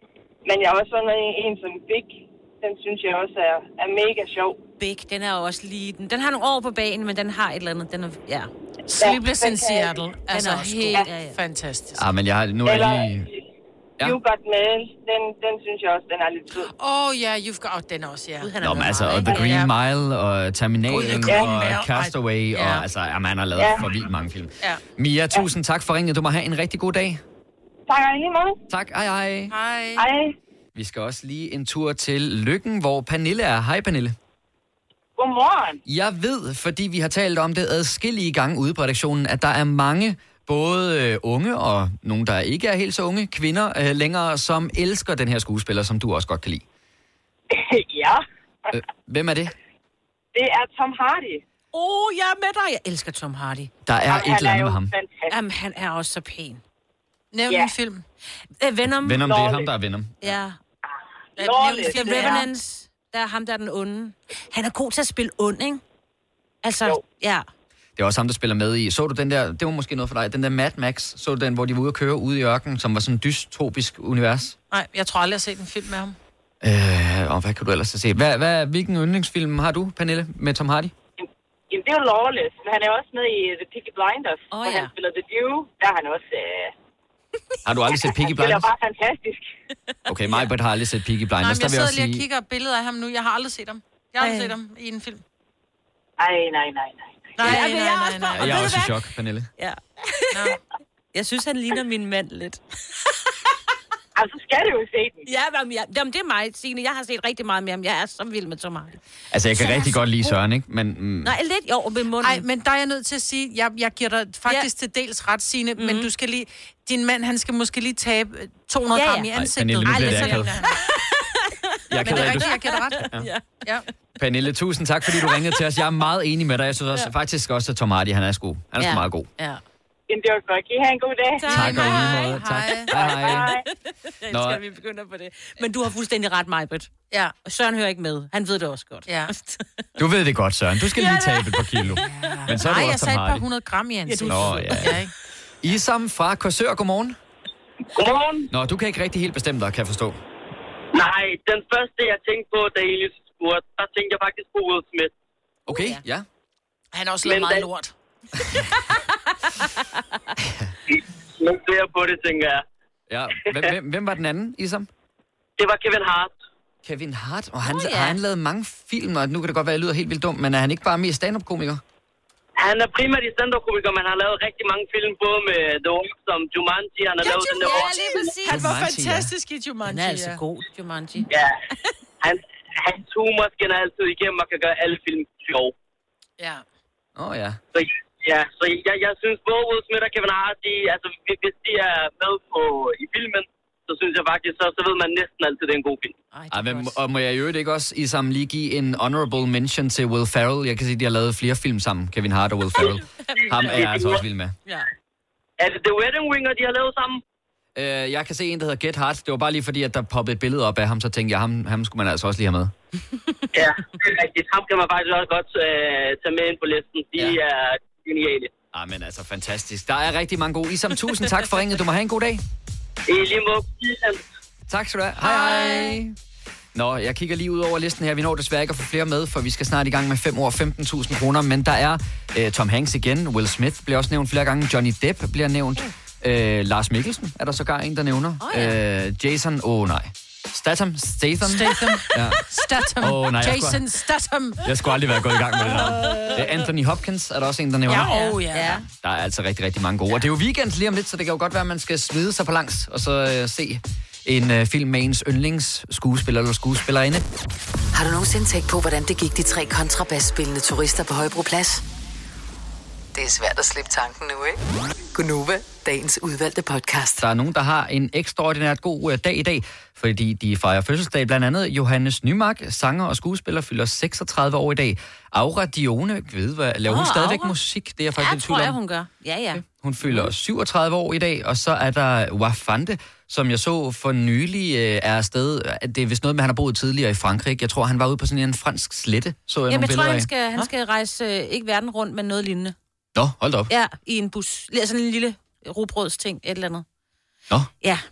Men jeg har også sådan en, en som Big. Den synes jeg også er, er mega sjov. Big, den er jo også lige... Den, den har nogle år på banen, men den har et eller andet. Den er, ja. Sleepless in Seattle. Altså, Den er også helt god. Ja, ja. fantastisk. Ah, men jeg har... Nu er Eller jeg lige... Ja. You Got Mail. Den, den synes jeg også, den er lidt sød. Åh oh, ja, You've Got... Oh, den også, ja. Nå, men altså, og The Green Mile, og Terminalen, Ja. og Castaway, Ja. og altså, ja, man har lavet Ja. for vildt mange film. Ja. Mia, tusind tak for ringet. Du må have en rigtig god dag. Tak, og i lige måde. Tak, hej hej. Hej. Hej. Vi skal også lige en tur til Lykken, hvor Pernille er. Hej, Pernille. Godmorgen. Jeg ved, fordi vi har talt om det adskillige gange ude på redaktionen, at der er mange, både øh, unge og nogen, der ikke er helt så unge, kvinder øh, længere, som elsker den her skuespiller, som du også godt kan lide. Ja, Øh, hvem er det? det er Tom Hardy. Åh, oh, jeg er med dig. Jeg elsker Tom Hardy. Der er Jamen, et han eller er andet jo med ham. fantastisk. Jamen, han er også så pæn. Nævn Ja. en film. Øh, Venom. Venom, det er ham, der er Venom. Ja. Lawless. The Revenant. Der er ham, der er den onde. Han er god til at spille ond, ikke? Altså, Jo. ja. Det er også ham, der spiller med i. Så du den der, det var måske noget for dig, den der Mad Max, så du den, hvor de var ude at køre ude i ørkenen, som var sådan en dystopisk univers? Nej, jeg tror aldrig, jeg har set en film med ham. Øh, og hvad kan du ellers have set? Hvad, hvad, hvilken yndlingsfilm har du, Pernille, med Tom Hardy? Jamen, det er jo Lawless, men han er også med i The Peaky Blinders, Åh, hvor ja. han spiller The Jew. Der er han også... Øh, Har du aldrig set Peaky han spiller Blinders? bare fantastisk. Okay, Majbert har aldrig set Peaky Nej, Blinders. men jeg Der vil sidder også lige og sige, kigger billeder af ham nu. Jeg har aldrig set ham. Jeg har aldrig Ej. set ham i en film. Ej, nej, nej, nej. Nej, Ja, nej, men nej, jeg er nej, også nej. bare- jeg er ved også du i hvad? chok, Pernille. Ja. Jeg synes, han ligner min mand lidt. Altså, skal du jo se den. Ja, men jeg, jamen, det er mig, Signe. Jeg har set rigtig meget med ham. Jeg er så vild med Tom Hardy. Altså, jeg kan Så er rigtig så godt lide god. Søren, ikke? Men mm, Nej, lidt jo, med munden. Nej, men der er jeg nødt til at sige, jeg, jeg giver dig faktisk ja. til dels ret, Signe, mm. men du skal lige, din mand, han skal måske lige tabe to hundrede Ja, ja. gram i Ej, ansigtet. Pernille, nu bliver det Ej, akavet. det jeg Men kan det er du... rigtigt, jeg giver dig ret. Ja. Ja. Pernille, tusind tak, fordi du ringede til os. Jeg er meget enig med dig. Jeg synes også, ja. faktisk også, at Tom Hardy, han er sgu. Han er sgu Ja. meget god. Ja. Jamen, det var godt. Kan I have en god dag? Tak, og i lige måde. Tak. Hej, hej. Jeg Nå. elsker, at vi begynder på det. Men du har fuldstændig ret, Majbert. Ja. Søren hører ikke med. Han ved det også godt. Ja. Du ved det godt, Søren. Du skal lige tabe et par kilo. Men så er Nej, du jeg også sagde Tom et par Hardy. hundrede gram i ansigtet. Nå, ja. Ja, ikke? Isam fra Korsør, godmorgen. Godmorgen. Nå, du kan ikke rigtig helt bestemme dig, kan jeg forstå. Nej, den første, jeg tænkte på, da Elis spurgte, der tænkte jeg faktisk på Will Smith. Okay, ja. Han har også lavet Men meget da- lort. Nu ser jeg på det, tænker jeg. Ja. Hvem, hvem, hvem var den anden, Isam? Det var Kevin Hart. Kevin Hart. Og han, Åh, oh, ja. har han lavet mange film, og nu kan det godt være, at jeg lyder helt vildt dumt, men er han ikke bare mere stand-up-komiker? Han er primært i stand-up-komiker, men han har lavet rigtig mange film, både med The Rock som Jumanji. Han har Ja, lavet den der... ja, lige præcis. Han var Jumanji, fantastisk i Han Jumanji. er altså ja. god, Jumanji. Ja, han, hans humor skinner altid igennem og kan gøre alle film sjov. Ja. Åh, oh, ja. Så, ja, så jeg, jeg synes både Will Smith og Kevin Hart, de, altså, hvis hvis de er med på, i filmen, så synes jeg faktisk, så, så ved man næsten altid, det er en god film. Ej, det Ej, er men, godt. og må jeg i øvrigt ikke også, Isam, lige give en honorable mention til Will Ferrell? Jeg kan se, de har lavet flere film sammen, Kevin Hart og Will Ferrell. Ham er jeg altså også vild med. Ja. Er det The Wedding Ringer, de har lavet sammen? Øh, jeg kan se en, der hedder Get Hard. Det var bare lige fordi, at der poppede et billede op af ham, så tænkte jeg, ham, ham skulle man altså også lige have med. Ja, det er rigtigt. Ham kan man faktisk også godt øh, tage med ind på listen. De Ja. er geniale. Ah, men altså fantastisk. Der er rigtig mange gode. Isam, tusind tak for ringet. Du må have en god dag. I lige måde. Tak skal du have. Hej, hej. Nå, jeg kigger lige ud over listen her. Vi når desværre ikke at få flere med, for vi skal snart i gang med fem år femten tusind kroner. Men der er øh, Tom Hanks igen. Will Smith bliver også nævnt flere gange. Johnny Depp bliver nævnt. Øh, Lars Mikkelsen er der sågar en, der nævner. Oh, ja. øh, Jason, åh oh, nej. Statham, Statham. Statham. Ja. Statham. Åh, nej, jeg Jason skulle- Statham. Jeg skulle aldrig være gået i gang med det der. Øh, Anthony Hopkins er der også en, der nævner. Ja, oh, ja. ja. Der er altså rigtig, rigtig mange gode. Og det er jo weekend lige om lidt, så det kan jo godt være, at man skal smide sig på langs og så øh, se en øh, film med ens yndlingsskuespiller eller skuespillerinde. Har du nogensinde tænkt på, hvordan det gik de tre kontrabasspillende turister på Højbroplads? Det er svært at slippe tanken nu, ikke? Gunova, dagens udvalgte podcast. Der er nogen, der har en ekstraordinært god øh, dag i dag, fordi de fejrer fødselsdag. Blandt andet Johannes Nymark, sanger og skuespiller, fylder seksogtredive år i dag. Aura Dione, ved hvad, laver hun Åh, stadigvæk Aura. musik? Det er jeg faktisk Ja, lidt tror tvivl jeg, om. hun gør. Ja, ja. Hun fylder syvogtredive år i dag, og så er der Wafande, som jeg så for nylig øh, er afsted. Det er vist noget med, at han har boet tidligere i Frankrig. Jeg tror, han var ude på sådan en fransk slette, så jeg Jamen, nogle jeg tror, billeder han af. skal, han skal rejse øh, ikke verden rundt, men noget lignende. Nå, hold da op. Ja, i en bus. Sådan en lille rugbrødsting, et eller andet. Nå. Ja.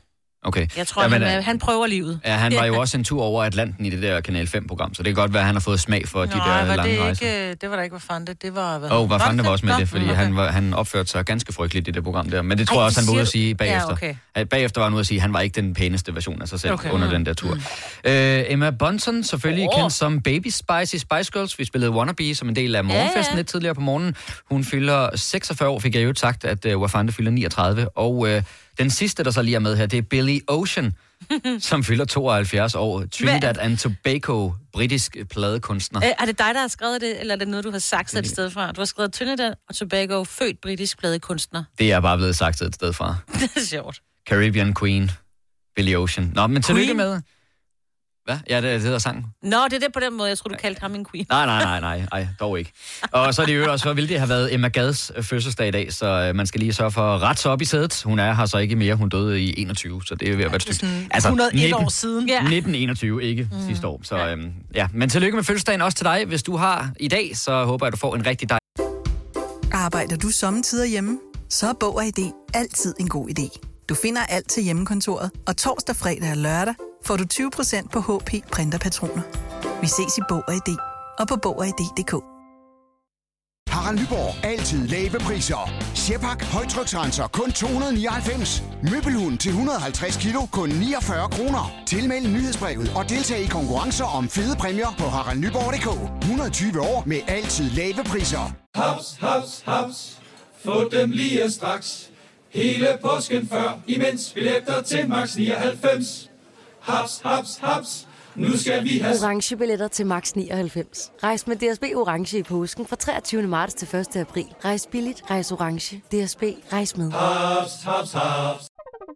Okay. Jeg tror, Jamen, han, han prøver livet. Ja, han var jo også en tur over Atlanten i det der Kanal fem-program, så det kan godt være, at han har fået smag for Nå, de der var lange det rejser. Ikke, det var da ikke Vafande, det var... Åh, oh, Vafande var også med det, fordi okay. han, var, han opførte sig ganske frygteligt i det program der. Men det tror Ej, jeg også, han var ude at sige bagefter. Ja, okay. At bagefter var han ude at sige, at han var ikke den pæneste version af sig selv okay. under den der tur. Mm. Øh, Emma Bunton, selvfølgelig oh. kendt som Baby Spice i Spice Girls. Vi spillede Wannabe som en del af morgenfesten ja, ja. lidt tidligere på morgenen. Hun fylder seksogfyrre år, fik jeg jo sagt, at uh, Wafande fylder niogtredive. Og uh, den sidste, der så lige er med her, det er Billy Ocean, som fylder tooghalvfjerds år. Trinidad and Tobago, britisk pladekunstner. Æ, er det dig, der har skrevet det, eller er det noget, du har sagt et sted fra? Du har skrevet Trinidad og Tobago, født britisk pladekunstner. Det er bare blevet sagt et sted fra. Det er sjovt. Caribbean Queen, Billy Ocean. Nå, men tillykke med... Hvad? Ja, det, det hedder sangen. Nå, det er det på den måde. Jeg tror du kaldte ham en queen. Nej, nej, nej, nej. Ej, dog ikke. Og så er det jo også, så ville det have været Emma Gads fødselsdag i dag, så øh, man skal lige sørge for at rette sig op i sædet. Hun er her så ikke mere. Hun døde i enogtyve, så det er ved at være et stykke. Altså, hundrede og en år siden. nitten enogtyve, ikke mm. sidste år. Så øhm, ja, men tillykke med fødselsdagen også til dig. Hvis du har i dag, så håber jeg, at du får en rigtig dejlig... Arbejder du sommetider hjemme? Så er Bog og I D altid en god idé. Du finder alt til hjemmekontoret, og torsdag, fredag og lørdag får du tyve procent på H P printerpatroner. Vi ses i Bog og I D og på Bog og I D punktum d k. Harald Nyborg. Altid lave priser. Sjehpak højtryksrenser kun to hundrede og nioghalvfems. Møbelhund til et hundrede og halvtreds kilo kun niogfyrre kroner. Tilmeld nyhedsbrevet og deltag i konkurrencer om fede præmier på harald nyborg punktum d k. et hundrede og tyve år med altid lave priser. Haps, haps, haps. Få dem lige straks. Hele påsken før, imens billetter til max nioghalvfems. Haps, haps, haps. Nu skal vi have... Orange billetter til max nioghalvfems. Rejs med D S B Orange i påsken fra treogtyvende marts til første april. Rejs billigt, rejs orange. D S B, rejs med. Haps, haps, haps.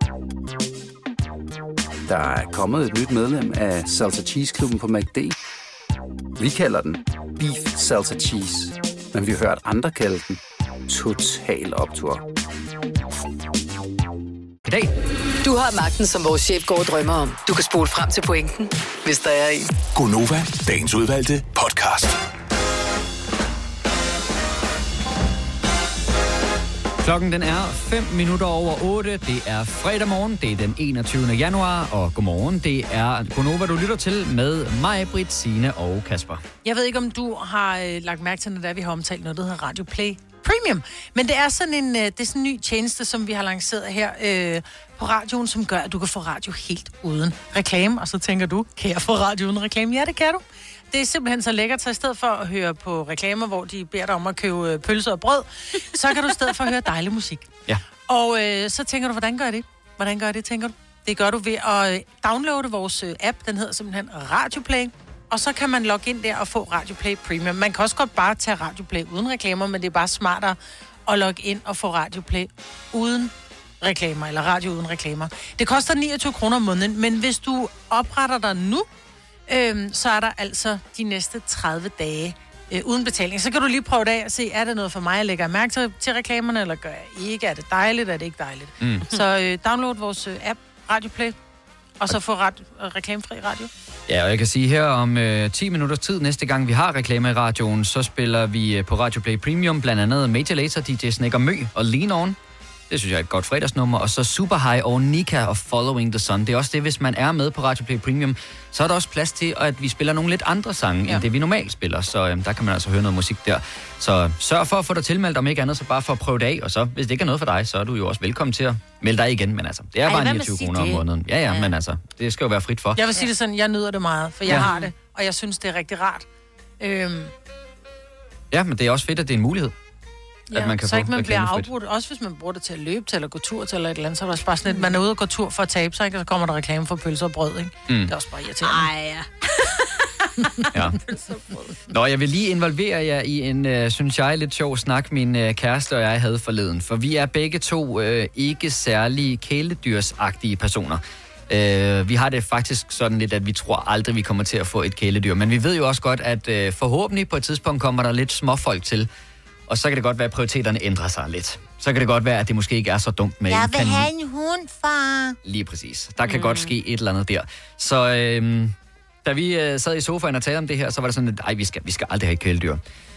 Der er kommet et nyt medlem af Salsa Cheese Klubben på McD. Vi kalder den Beef Salsa Cheese, men vi har hørt andre kalde den Total Optur. I dag. Du har magten, som vores chef går og drømmer om. Du kan spole frem til pointen, hvis der er en. Gonova, dagens udvalgte podcast. Klokken den er fem minutter over otte. Det er fredag morgen. Det er den enogtyvende januar. Og godmorgen. Det er Gonova, du lytter til med mig, Britt, Signe og Kasper. Jeg ved ikke, om du har øh, lagt mærke til, når vi har omtalt noget, der hedder Radio Play Premium. Men det er sådan en, øh, det er sådan en ny tjeneste, som vi har lanceret her øh, på radioen, som gør, at du kan få radio helt uden reklame. Og så tænker du, kan jeg få radio uden reklame? Ja, det kan du. Det er simpelthen så lækkert, så i stedet for at høre på reklamer, hvor de beder dig om at købe pølser og brød, så kan du i stedet for at høre dejlig musik. Ja. Og øh, så tænker du, hvordan gør jeg det? Hvordan gør jeg det, tænker du? Det gør du ved at downloade vores app, den hedder simpelthen Radioplay, og så kan man logge ind der og få Radioplay Premium. Man kan også godt bare tage Radioplay uden reklamer, men det er bare smartere at logge ind og få Radioplay uden reklamer, eller radio uden reklamer. Det koster niogtyve kroner om måneden, men hvis du opretter dig nu, øhm, så er der altså de næste tredive dage øh, uden betaling. Så kan du lige prøve det af og se, er det noget for mig, jeg lægger mærke til, til reklamerne, eller gør jeg ikke? Er det dejligt, er det ikke dejligt? Mm. Så øh, download vores øh, app, Radioplay, og så få ret, reklamefri radio. Ja, og jeg kan sige her om øh, ti minutters tid, næste gang vi har reklamer i radioen, så spiller vi øh, på Radioplay Premium blandt andet Major Lazer, D J Snake og Mø og Lean On. Det synes jeg er et godt fredagsnummer. Og så Super High og Nika og Following the Sun. Det er også det, hvis man er med på Radio Play Premium, så er der også plads til, at vi spiller nogle lidt andre sange, ja. end det vi normalt spiller. Så øhm, der kan man altså høre noget musik der. Så sørg for at få dig tilmeldt, om ikke andet, så bare for at prøve det af. Og så, hvis det ikke er noget for dig, så er du jo også velkommen til at melde dig igen. Men altså, det er Ej, bare niogtyve kroner om måneden. Ja, ja, ja, men altså, det skal jo være frit for. Jeg vil sige det sådan, jeg nyder det meget, for jeg ja. har det, og jeg synes, det er rigtig rart. Øhm. Ja, men det er også fedt, at det er en mulighed. Ja, at man kan så ikke man bliver afbrudt. Også hvis man bruger det til at løbe til, eller gå tur til, eller et eller andet, så er det bare sådan lidt, man er ude og gå tur for at tabe sig, ikke? Og så kommer der reklame for pølser og brød, ikke? Mm. Det er også bare irriterende. Ej, ja. ja. Nå, jeg vil lige involvere jer i en, øh, synes jeg, lidt sjov snak, min øh, kæreste og jeg havde forleden. For vi er begge to øh, ikke særlig kæledyrsagtige personer. Øh, vi har det faktisk sådan lidt, at vi tror aldrig, vi kommer til at få et kæledyr. Men vi ved jo også godt, at øh, forhåbentlig på et tidspunkt kommer der lidt småfolk til. Og så kan det godt være, at prioriteterne ændrer sig lidt. Så kan det godt være, at det måske ikke er så dumt med jeg en vil kanin. have en hund, far. Lige præcis. Der kan mm. godt ske et eller andet der. Så øhm, da vi øh, sad i sofaen og talte om det her, så var det sådan, at ej, vi skal, vi skal aldrig have et kæledyr.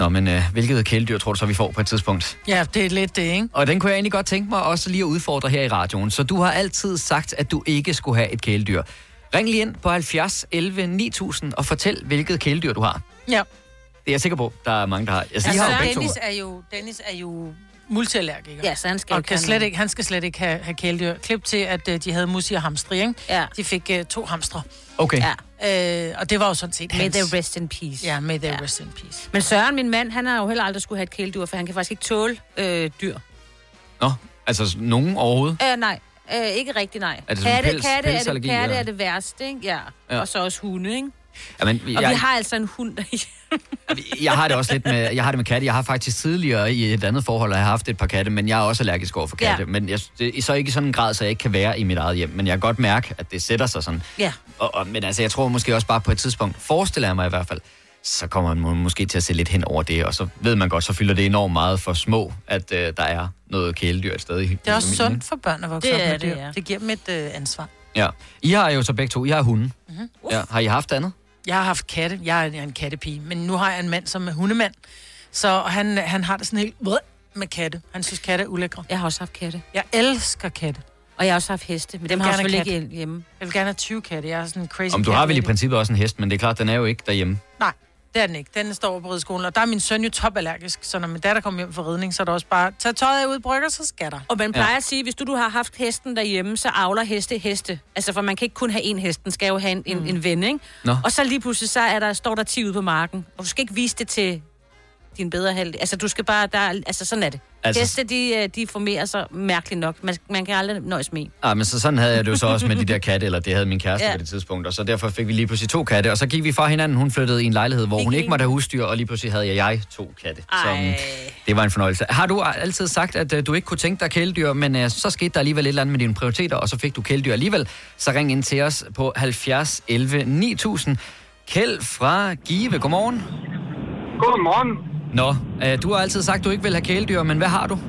Nå, men øh, hvilket kæledyr tror du så, vi får på et tidspunkt? Ja, det er lidt det, ikke? Og den kunne jeg egentlig godt tænke mig også lige at udfordre her i radioen. Så du har altid sagt, at du ikke skulle have et kæledyr. Ring lige ind på halvfjerds elleve ni tusind og fortæl, hvilket kæledyr du har. Ja. Det er jeg sikker på, der er mange, der har. Altså, altså, har jo Dennis, er jo, Dennis er jo multiallergiker. Ja, så han skal, og kan slet ikke, han skal slet ikke have, have kæledyr. Klip til, at uh, de havde musi og hamstre, ikke? Ja. De fik uh, to hamstre. Okay. Ja. Uh, og det var jo sådan set May hans. they rest in peace. Ja, may they ja. rest in peace. Men Søren, min mand, han har jo heller aldrig skulle have et kæledyr, for han kan faktisk ikke tåle øh, dyr. Nå, altså nogen overhovedet? Øh, nej. Øh, ikke rigtig, nej. Er det sådan katte, pels, katte, er det, pelsallergi, katte eller? er det værste, ikke? Ja. Ja. Og så også hunde, ikke? Jamen, og jeg, vi har altså en hund derhjemme. jeg har det også lidt med, jeg har det med katte. Jeg har faktisk tidligere i et andet forhold, jeg har haft et par katte, men jeg er også allergisk over for katte. Ja. Men jeg, det, så ikke i sådan en grad, så jeg ikke kan være i mit eget hjem. Men jeg kan godt mærke, at det sætter sig sådan. Ja. Og, og, men altså, jeg tror måske også bare på et tidspunkt, forestiller jeg mig i hvert fald, så kommer man måske til at se lidt hen over det, og så ved man godt, så fylder det enormt meget for små, at øh, der er noget kæledyr et sted i. Det er også sundt for børn at vokse det op med det, dyr. ja. Det giver dem et øh, ansvar. Ja. I har jo så begge to, I har hunde. Mm-hmm. Ja. Har I haft andet? Jeg har haft katte. Jeg er en kattepige. Men nu har jeg en mand, som er hundemand. Så han, han har det sådan helt med katte. Han synes, katte er ulækre. Jeg har også haft katte. Jeg elsker katte. Og jeg har også haft heste, men dem har jeg selvfølgelig ikke hjemme. Jeg vil gerne have tyve katte. Jeg er sådan en crazy. Om du har vel i princippet også en hest, men det er klart, den er jo ikke derhjemme. Nej, det er den ikke. Den står på rideskolen, og der er min søn jo topallergisk. Så når min datter kommer hjem fra ridning, så er der også bare, tag tøjet af ud i brygger, så skal der. Og man plejer ja. at sige, hvis du, du har haft hesten derhjemme, så avler heste heste. Altså, for man kan ikke kun have en hest, den skal jo have en, en, mm. en ven, ikke? Nå. Og så lige pludselig, så er der, står der ti ude på marken, og du skal ikke vise det til din bedre halvdel. Altså, du skal bare, der, altså sådan er det. Altså, heste, de, de formerer sig mærkeligt nok. Man, man kan aldrig nøjes med. Ah, men så sådan havde jeg det jo så også med de der katte, eller det havde min kæreste ja. på det tidspunkt, og så derfor fik vi lige pludselig to katte, og så gik vi fra hinanden, hun flyttede i en lejlighed, hvor hun ikke måtte have husdyr, og lige pludselig havde jeg, jeg to katte. Så det var en fornøjelse. Har du altid sagt, at uh, du ikke kunne tænke dig kæledyr, men uh, så skete der alligevel et eller andet med dine prioriteter, og så fik du kæledyr alligevel, så ring ind til os på halvfjerds elleve ni tusind. Kjeld fra Give, godmorgen. Godmorgen. Nå, øh, du har altid sagt, at du ikke vil have kæledyr, men hvad har du?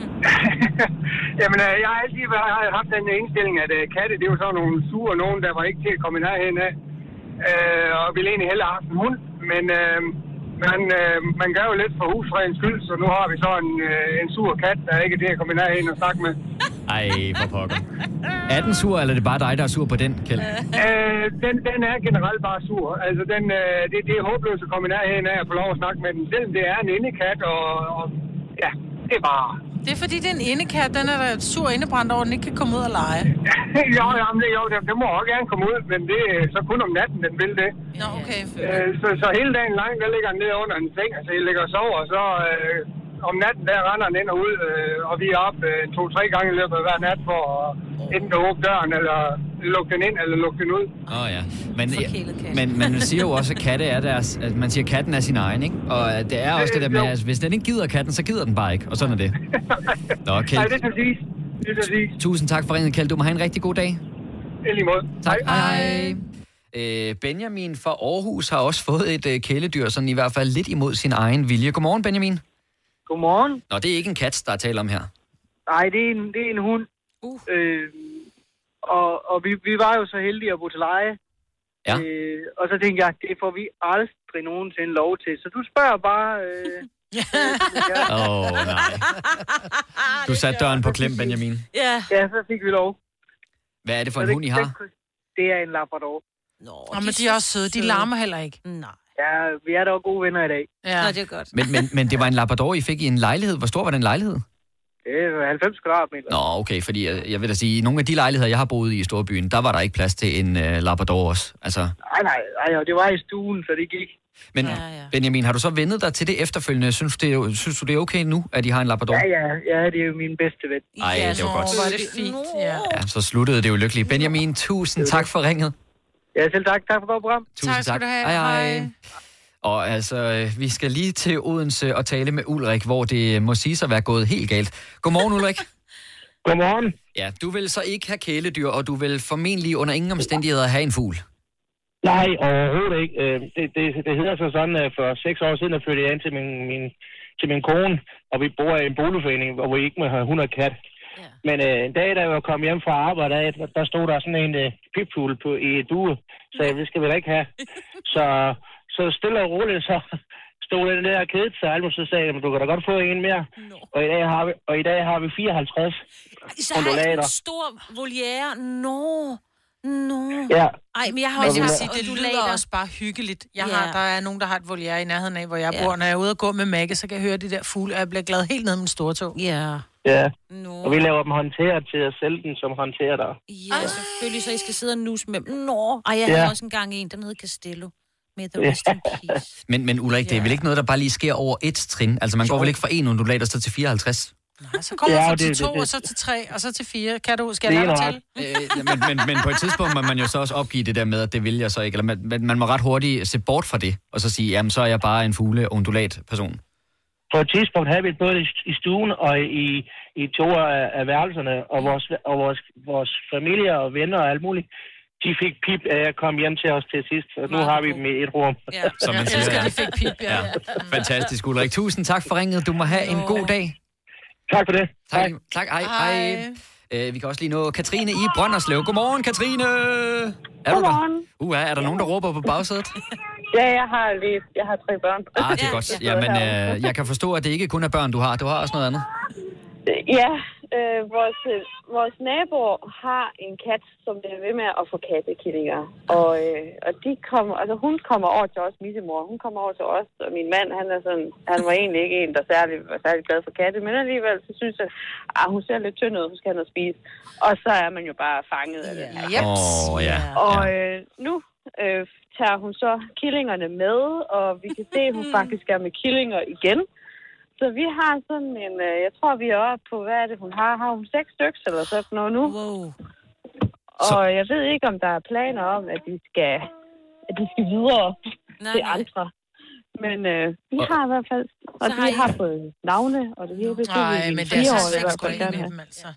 Jamen, øh, jeg har altid har haft den indstilling, at øh, katte, det var sådan nogle sure nogen, der var ikke til at komme i nærheden af. Øh, og ville egentlig hellere have haft en hund. Men øh, man, øh, man gør jo lidt for husfredens skyld, så nu har vi så en, øh, en sur kat, der ikke er til at komme i nærheden og snakke med. Ej, for pokker. Er den sur, eller er det bare dig, der er sur på den, Kjeld? Øh, den, den er generelt bare sur. Altså, den, øh, det, det er håbløst at komme i nærheden af at få lov at snakke med den. Selvom det er en indekat, og, og ja, det er bare... Det er fordi, det er en indekat. Den er der sur indebrændt over, den ikke kan komme ud og lege. jo, jamen, det, jo, det, det må også gerne komme ud, men det er så kun om natten, den vil det. Nå, okay. Øh, så, så hele dagen lang, der ligger den nede under en seng, altså jeg ligger og sover, og så... Øh, om natten, der render den ind og ud, øh, og vi er op øh, to-tre gange i løbet af hver nat for at enten åbne døren, eller lukke den ind, eller lukke den ud. Åh oh, ja. Men, ja, men man siger jo også, at katte er deres... At man siger, at katten er sin egen, ikke? Og det er også det der med, at hvis den ikke gider katten, så gider den bare ikke. Og sådan er det. Nå, Kjeld. Nej, det er præcis. Det er præcis. Tusind tak for ringet, Kjeld. Du må have en rigtig god dag. I lige måde. Tak. Hej. Hej. Øh, Benjamin fra Aarhus har også fået et øh, kæledyr, sådan i hvert fald lidt imod sin egen vilje. Godmorgen, Benjamin. Godmorgen. Nå, det er ikke en kat, der er tale om her. Nej, det er en, det er en hund. Uh. Øh, og og vi, vi var jo så heldige at bo til leje. Ja. Øh, og så tænkte jeg, det får vi aldrig nogensinde lov til. Så du spørger bare... Øh, Åh, oh, nej. Du satte døren på klem, Benjamin. Ja. Ja, så fik vi lov. Hvad er det for en hund, I har? Det er en labrador. Nå, Nå men de er også søde. De larmer heller ikke. Nej. Ja, vi er dog gode venner i dag. Ja, Nå, det er godt. Men, men, men det var en labrador, I fik i en lejlighed. Hvor stor var den lejlighed? Det er halvfems kvadratmeter. Nå, okay, fordi jeg, jeg vil da sige, i nogle af de lejligheder, jeg har boet i i Storbyen, der var der ikke plads til en uh, labrador også. Altså... Nej, nej, nej, det var i stuen, så det gik. Men ja, ja. Benjamin, har du så vendet dig til det efterfølgende? Synes, det er, synes du, det er okay nu, at de har en labrador? Ja, ja, ja, det er jo min bedste ven. Ej, ja, det var godt. Hvor er det fint, ja. Ja, så sluttede det jo lykkeligt. Benjamin, tusind tak for ringet. Ja, selv tak. Tak for godt program. Tusind tak. Skal du have. Hej, hej. Og altså, vi skal lige til Odense og tale med Ulrik, hvor det må sige sig at være gået helt galt. Godmorgen, Ulrik. Godmorgen. Ja, du vil så ikke have kæledyr, og du vil formentlig under ingen omstændigheder have en fugl. Nej, overhovedet ikke. Det, det, det hedder så sådan, at for seks år siden, at flyttede jeg ind til min, min, til min kone, og vi bor i en boligforening, hvor vi ikke må have hund og kat. Ja. Men øh, en dag, da jeg kom hjem fra arbejde, der, der stod der sådan en øh, pipfugl på, i et due, så jeg, det skal vi da ikke have. Så, så stille og roligt, så stod den der kæde til Almo, så sagde jeg, men du kan da godt få en mere. No. Og, i dag har vi, og i dag har vi fireoghalvtreds Så har undulater. jeg en stor voliere. Nå. Nå. Ja. Ej, men jeg har Men også jeg vil haft sige, det lyder undulater. også bare hyggeligt. Jeg Ja. har, der er nogen, der har et voliere i nærheden af, hvor jeg Ja. bor. Når jeg er ude og gå med Maggie, så kan jeg høre de der fugle, og jeg bliver glad helt ned med min store tog. Ja. Ja. No. Og vi laver dem håndteret til at sælge den som håndterer der. Ja, selvfølgelig, så I skal sidde og nus med dem. Nå. Ej, jeg havde Ja. også engang en, den hed Castello. Med The Ja. Rest in Peace. Men, men Ulrik, det er vel ikke noget, der bare lige sker over et trin? Altså, man går vel ikke fra en undulat og så til fireoghalvtreds? Nej, så kommer Ja, man fra det- til det- to, det- og så til tre, og så til fire. Kan du, skal Det jeg er lære dig nok. til? Øh, men, men, men på et tidspunkt må man jo så også opgive det der med, at det vil jeg så ikke. Eller man, man- man må ret hurtigt se bort fra det, og så sige, jamen så er jeg bare en fugle-undulat-person. På et tidspunkt havde vi det både i- i stuen og i, i to af, af værelserne, og vores, og vores, vores familie og venner og alt muligt, de fik pip, at jeg kom hjem til os til sidst, og nu har vi dem i et rum. Ja. Som man Jeg siger. elsker, Ja. de fik pip, ja. Ja. Fantastisk, Ulrik. Tusind tak for ringet. Du må have en god dag. Tak for det. Tak. Tak. Hej. Hej. Øh, vi kan også lige nå Katrine i Brønderslev. Godmorgen, Katrine! Er du der? Uh, er der nogen, der råber på bagsædet? Ja, jeg har lige, jeg har tre børn. Ah, det er godt. Jamen, øh, jeg kan forstå, at det ikke kun er børn, du har. Du har også noget andet. Ja, øh, vores, øh, vores naboer har en kat, som bliver ved med at få kattekillinger. Og, øh, og de kommer, altså hun kommer over til os, missemor. Hun kommer over til os, og min mand, han er sådan, han var egentlig ikke en, der særlig, var særlig glad for katte, men alligevel så synes jeg, at hun ser lidt tynd ud, hun skal have noget at spise. Og så er man jo bare fanget af det her. Åh, oh, ja. Og øh, nu øh, tager hun så killingerne med, og vi kan se, at hun faktisk er med killinger igen. Så vi har sådan en, øh, jeg tror, vi er oppe på, hvad er det, hun har? Har hun seks stykker eller sådan noget nu? Wow. Og jeg ved ikke, om der er planer om, at de skal, at de skal videre Nej, til nej. andre. Men øh, vi Og- har i hvert fald, og Så de har I- har fået navne, og det hele. Det Nej, men det er så svært at gå ind med have. dem, altså.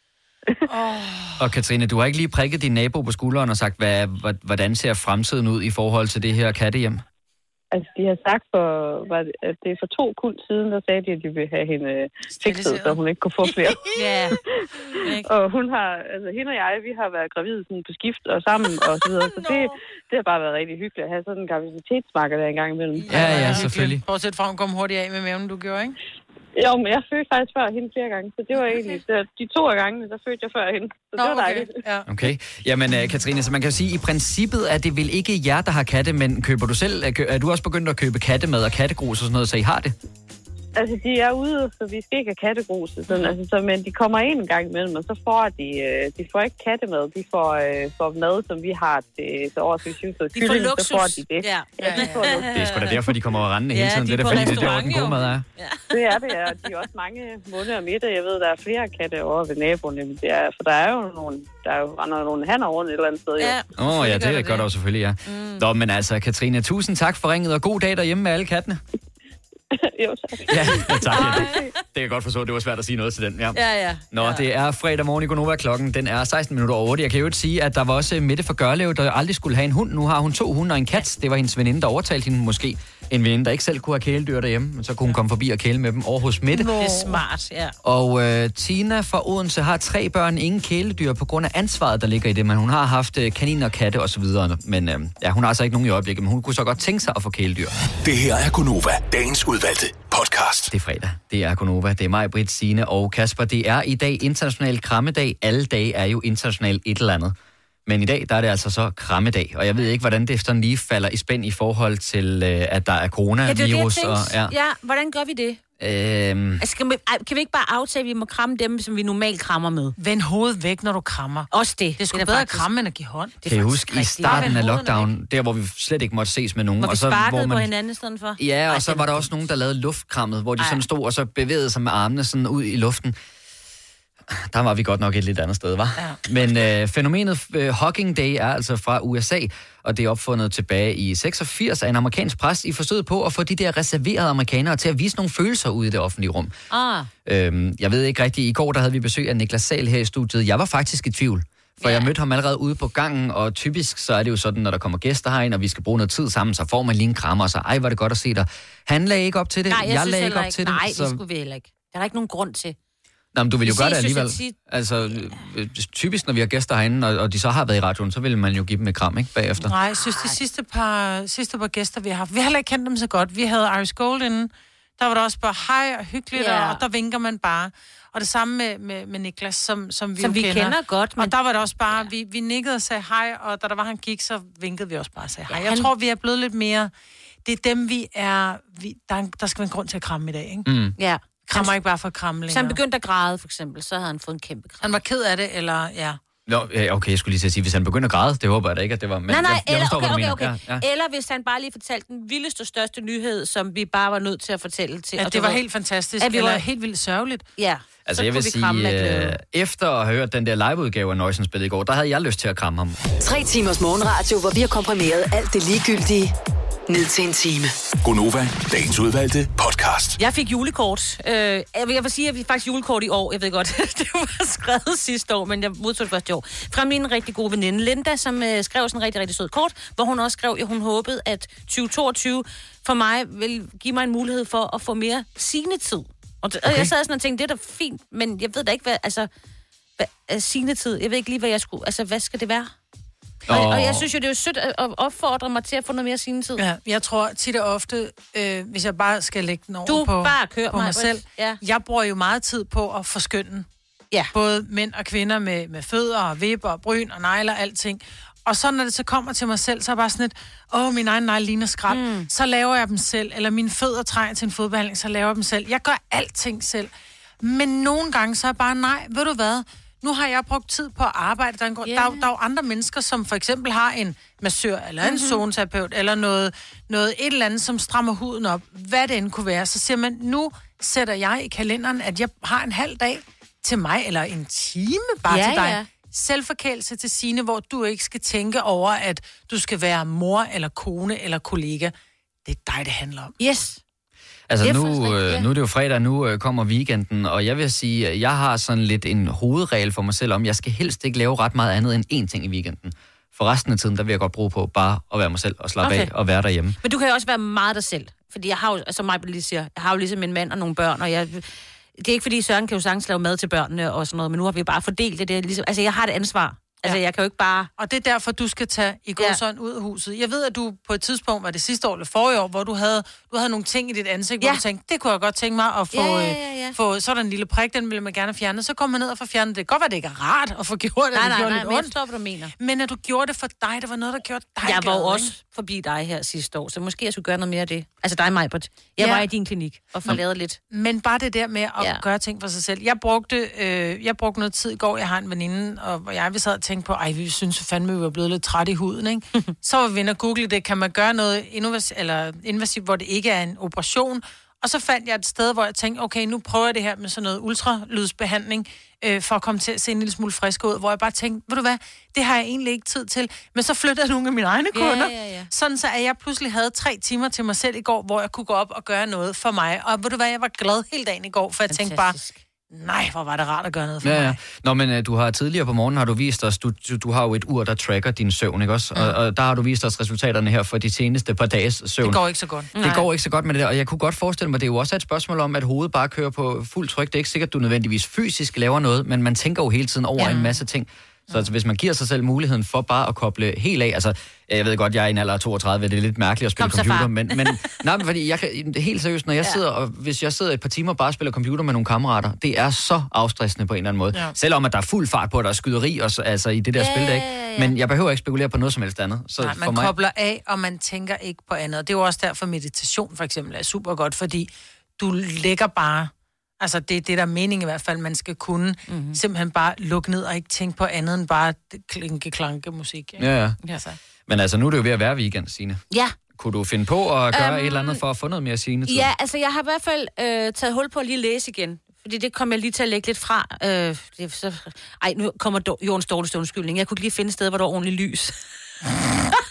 Oh. Og Katrine, du har ikke lige prikket din nabo på skulderen og sagt, hvad, hvad- hvordan ser fremtiden ud i forhold til det her kattehjem? Altså, de har sagt, for, var det, at det er for to kund siden, der sagde de, at de ville have hende øh, fikset, så hun ikke kunne få flere. Ja. Og hun har, altså hende og jeg, vi har været gravide sådan på skift og sammen og så videre. Så det, det har bare været rigtig hyggeligt at have sådan en graviditetsmarked der en gang imellem. Ja, ja, selvfølgelig. Bortset fra, hun kom hurtigt af med maven, du gjorde, ikke? Jo, men jeg fødte faktisk før hende flere gange, så det var egentlig, det, de to af gangene, der fødte jeg før hende. Så det var dejligt. Ja. Okay. Jamen, uh, Katrine, så man kan jo sige, i princippet er det vel ikke jer, der har katte, men køber du selv, er, kø- er du også begyndt at købe kattemad og kattegrus og sådan noget, så I har det? Altså, de er ude, så vi skal ikke have kattegrus. Sådan, altså, så, men de kommer ind en gang imellem, og så får de, øh, de får ikke kattemad. De får, øh, får mad, som vi har til, til års, hvis vi får De får kylling, luksus. så får de det. Ja. Ja, de får luksus. Det er sgu da derfor, de kommer rendende hele Ja, tiden. de Det er er da på fordi, det er der, restaurant, den gode jo. mad er. Det er det, ja. De er også mange måneder og middag. Jeg ved, der er flere katte over ved naboen. Jamen, det er, for der er jo nogle, der er jo render nogle hanner rundt et eller andet sted. Ja. Åh oh, ja, det gør der jo selvfølgelig, ja. Mm. Nå, men altså, Katrine, tusind tak for ringet, og god dag derhjemme med alle kattene. Jo, tak. Ja, tak. Ja. Det, det kan jeg godt forstå, det var svært at sige noget til den. Ja. Ja, ja. Nå, det er fredag morgen i Gonova. Klokken den er seksten minutter over otte. Jeg kan jo ikke sige, at der var også Mette fra Gørlev, der aldrig skulle have en hund. Nu har hun to hunde og en kat. Det var hendes veninde, der overtalte hende måske. En veninde, der ikke selv kunne have kæledyr derhjemme, men så kunne hun komme forbi og kæle med dem over hos Mette. Det er smart, ja. Og øh, Tina fra Odense har tre børn, ingen kæledyr på grund af ansvaret, der ligger i det. Men hun har haft øh, kaniner, katte og så videre. Men øh, ja, hun har altså ikke nogen i øjeblikket, men hun kunne så godt tænke sig at få kæledyr. Det her er Gonova, dagens udvalgte podcast. Det er fredag. Det er Gonova. Det er mig, Britt, Signe og Kasper. Det er i dag international krammedag. Alle dage er jo international et eller andet. Men i dag, der er det altså så krammedag. Og jeg ved ikke, hvordan det efter lige falder i spænd i forhold til, øh, at der er coronavirus. Ja, det er det, jeg og, tænkte. Ja. ja, hvordan gør vi det? Øhm, Altså, kan, vi, ej, kan vi ikke bare aftale, at vi må kramme dem, som vi normalt krammer med? Vend hovedet væk, når du krammer. Også det. Det er sgu det er bedre faktisk... at kramme, end at give hånd. kan I huske, i starten af lockdown, der hvor vi slet ikke måtte ses med nogen. Hvor vi og så, sparkede hvor man, på hinanden i stedet for? Ja, og Ej, så var der også nogen, der lavede luftkrammet, hvor de Ej. sådan stod og så bevægede sig med armene sådan ud i luften. Der var vi godt nok et lidt andet sted, var. Ja. Men øh, fænomenet øh, Hugging Day er altså fra U S A, og det er opfundet tilbage i seksogfirs af en amerikansk præst i forsøget på at få de der reserverede amerikanere til at vise nogle følelser ude i det offentlige rum. Ah. Øhm, jeg ved ikke rigtigt, i går der havde vi besøg af Niklas Sahl her i studiet. Jeg var faktisk i tvivl, for ja. jeg mødte ham allerede ude på gangen, og typisk så er det jo sådan, når der kommer gæster herind, og vi skal bruge noget tid sammen, så får man lige en krammer, og så ej, var det godt at se dig. Han lagde ikke op til det, Nej, jeg, jeg synes lagde ikke heller op ikke. til det. Nej, så... det skulle vi heller ikke. Der er der ikke nogen grund til. Nå, men du vil jo Vi gøre det ses jo alligevel. så tit. Altså, øh, typisk når vi har gæster herinde, og, og de så har været i radioen, så vil man jo give dem et kram, ikke, bagefter. Nej, jeg synes, de sidste par, sidste par gæster, vi har haft, vi har heller ikke kendt dem så godt. Vi havde Iris Gold inden, der var der også bare hej og hyggeligt, Ja. og der vinker man bare. Og det samme med, med, med Niklas, som, som vi Som jo vi kender. kender godt, men- Og der var det også bare, vi, vi nikkede og sagde hej, og da der var, han gik, så vinkede vi også bare og sagde hej. Ja, Jeg han- tror, vi er blevet lidt mere... Det er dem, vi er... Vi, der, er- der skal være en grund til at kramme i dag, ikke? Mm. Ja. Krammer ikke bare for at kramme Hvis længere. han begyndte at græde, for eksempel, så havde han fået en kæmpe kram. Han var ked af det, eller... Ja. Nå, ja, okay, jeg skulle lige til at sige, hvis han begynder at græde, det håber jeg da ikke, at det var... Men nej, nej, jeg, jeg eller, forstår, okay, hvad du okay, mener. okay. Ja, ja. Eller hvis han bare lige fortalte den vildeste og største nyhed, som vi bare var nødt til at fortælle til. At og det du var ved- helt fantastisk, at vi eller var- helt vildt sørgeligt. Ja. Altså, så jeg vil kunne vi kramme af sige, glæde. øh, efter at have hørt den der liveudgave af Nøjsen spillet i går, der havde jeg lyst til at kramme ham. Tre timers morgenradio, hvor vi har komprimeret alt det ligegyldige ned til en time. Gonova, dagens udvalgte podcast. Jeg fik julekort. Øh, jeg, vil, jeg vil sige, at jeg fik faktisk julekort i år. Jeg ved godt, det var skrevet sidste år, men jeg modtog det første i år. Fra min rigtig gode veninde Linda, som øh, skrev sådan en rigtig, rigtig sød kort, hvor hun også skrev, at hun håbede, at tyve toogtyve for mig vil give mig en mulighed for at få mere signetid. Og, det, okay. og jeg sad sådan og tænkte, det er da fint, men jeg ved da ikke, hvad, altså, hvad er signetid? Jeg ved ikke lige, hvad jeg skulle, altså, hvad skal det være? Og, Åh. og jeg synes jo, det er jo sødt at at opfordre mig til at få noget mere signetid. Ja, jeg tror tit og ofte, øh, hvis jeg bare skal lægge den over Du på, bare kør på mig, mig selv. ja. Jeg bruger jo meget tid på at forskynde. Ja. Både mænd og kvinder med, med fødder og vipper og bryn og negler og alting. Og så når det så kommer til mig selv, så er jeg bare sådan et, åh, min egen negle ligner skrald. Mm. Så laver jeg dem selv. Eller mine fødder trænger til en fodbehandling, så laver jeg dem selv. Jeg gør alting selv. Men nogle gange så er jeg bare, nej, ved du hvad? Nu har jeg brugt tid på at arbejde. Der er, en grund. Ja. der, er, jo- der er jo andre mennesker, som for eksempel har en massør, eller en Mhm. zoneterapeut, eller noget, noget et eller andet, som strammer huden op. Hvad det end kunne være. Så siger man, nu sætter jeg i kalenderen, at jeg har en halv dag til mig, eller en time bare Ja, til dig. ja. Selvforkælelse til Signe, hvor du ikke skal tænke over, at du skal være mor, eller kone, eller kollega. Det er dig, det handler om. Yes. Altså Det er nu, faktisk rigtigt, øh, ja. nu er det jo fredag, nu øh, kommer weekenden, og jeg vil sige, at jeg har sådan lidt en hovedregel for mig selv om, jeg skal helst ikke lave ret meget andet end én ting i weekenden. For resten af tiden, der vil jeg godt bruge på bare at være mig selv og slappe Okay. af og være derhjemme. Men du kan jo også være meget dig selv. Fordi jeg har jo, som mig lige siger, jeg har jo ligesom en mand og nogle børn, og jeg... Det er ikke fordi, Søren kan jo sagtens lave mad til børnene og sådan noget, men nu har vi bare fordelt det. det er ligesom, altså, jeg har et ansvar. Altså, Ja. jeg kan jo ikke bare... Og det er derfor, du skal tage i gåsøjne ud af huset. Jeg ved, at du på et tidspunkt, var det sidste år eller forrige år, hvor du havde, du havde nogle ting i dit ansigt, ja. hvor du tænkte, det kunne jeg godt tænke mig at få, Ja, ja, ja, ja. øh, få så er der en lille prik, den ville man gerne fjerne. Så kom man ned og få fjernet det. Det kan godt være, det ikke er rart at få gjort det, Nej, det nej, gjorde nej, lidt men jeg ondt. forstår, hvad du mener. Men at du gjorde det for dig, det var noget, der gjorde dig Jeg var jo glad, også ikke? forbi dig her sidste år, så måske jeg skulle gøre noget mere af det. Altså dig, Majbert. Jeg Ja. var i din klinik og får lavet lidt. Men bare det der med at Ja. ja. gøre ting for sig selv. Jeg brugte, øh, jeg brugte noget tid i går. Jeg har en veninde, og hvor jeg vi sad og tænkte på, ej, vi synes fandme, vi var blevet lidt træt i huden, ikke? Så var vi inde og google det. Kan man gøre noget innovas- eller invasivt, hvor det ikke er en operation? Og så fandt jeg et sted, hvor jeg tænkte, okay, nu prøver jeg det her med sådan noget ultralydsbehandling, øh, for at komme til at se en lille smule frisk ud. Hvor jeg bare tænkte, ved du hvad, det har jeg egentlig ikke tid til. Men så flyttede jeg nogle af mine egne Ja, kunder. ja, ja. Sådan så, at jeg pludselig havde tre timer til mig selv i går, hvor jeg kunne gå op og gøre noget for mig. Og ved du hvad, jeg var glad hele dagen i går, for jeg tænkte bare, nej, hvor var det rart at gøre noget for Ja, mig. ja. Nå, men uh, du har tidligere på morgenen har du vist os, du, du, du har jo et ur, der tracker din søvn, ikke også? Ja. Og, og der har du vist os resultaterne her for de seneste par dages søvn. Det går ikke så godt. Det Nej. går ikke så godt med det der, og jeg kunne godt forestille mig, det er jo også et spørgsmål om, at hovedet bare kører på fuld tryk. Det er ikke sikkert, at du nødvendigvis fysisk laver noget, men man tænker jo hele tiden over Ja. en masse ting. Så altså, hvis man giver sig selv muligheden for bare at koble helt af, altså, jeg ved godt, jeg er i en alder af toogtredive, det er lidt mærkeligt at spille Kom så, computer, far. men, men nej, men fordi jeg kan, helt seriøst, når jeg Ja. sidder, og hvis jeg sidder et par timer og bare spiller computer med nogle kammerater, det er så afstressende på en eller anden måde. Ja. Selvom at der er fuld fart på, at der er skyderi og, så- altså, i det der Ja, spil, der, ikke? ja, ja. Men jeg behøver ikke spekulere på noget som helst andet. Så Nej, for man mig, kobler af, og man tænker ikke på andet. Det er jo også derfor, meditation for eksempel er super godt, fordi du lægger bare... Altså, det er det, der er mening i hvert fald. Man skal kunne mm-hmm. simpelthen bare lukke ned og ikke tænke på andet end bare klinke-klanke musik. Ikke? Ja, ja. Altså. Men altså, nu er det jo ved at være weekend, Signe. Ja. Kunne du finde på at gøre Øhm, um, et eller andet for at få noget mere signetid? Ja, altså jeg har i hvert fald øh, taget hul på at lige læse igen. Fordi det kom jeg lige til at lægge lidt fra. Øh, det, så, ej, nu kommer do, jordens dårligste undskyldning. Jeg kunne ikke lige finde et sted, hvor der var ordentligt lys.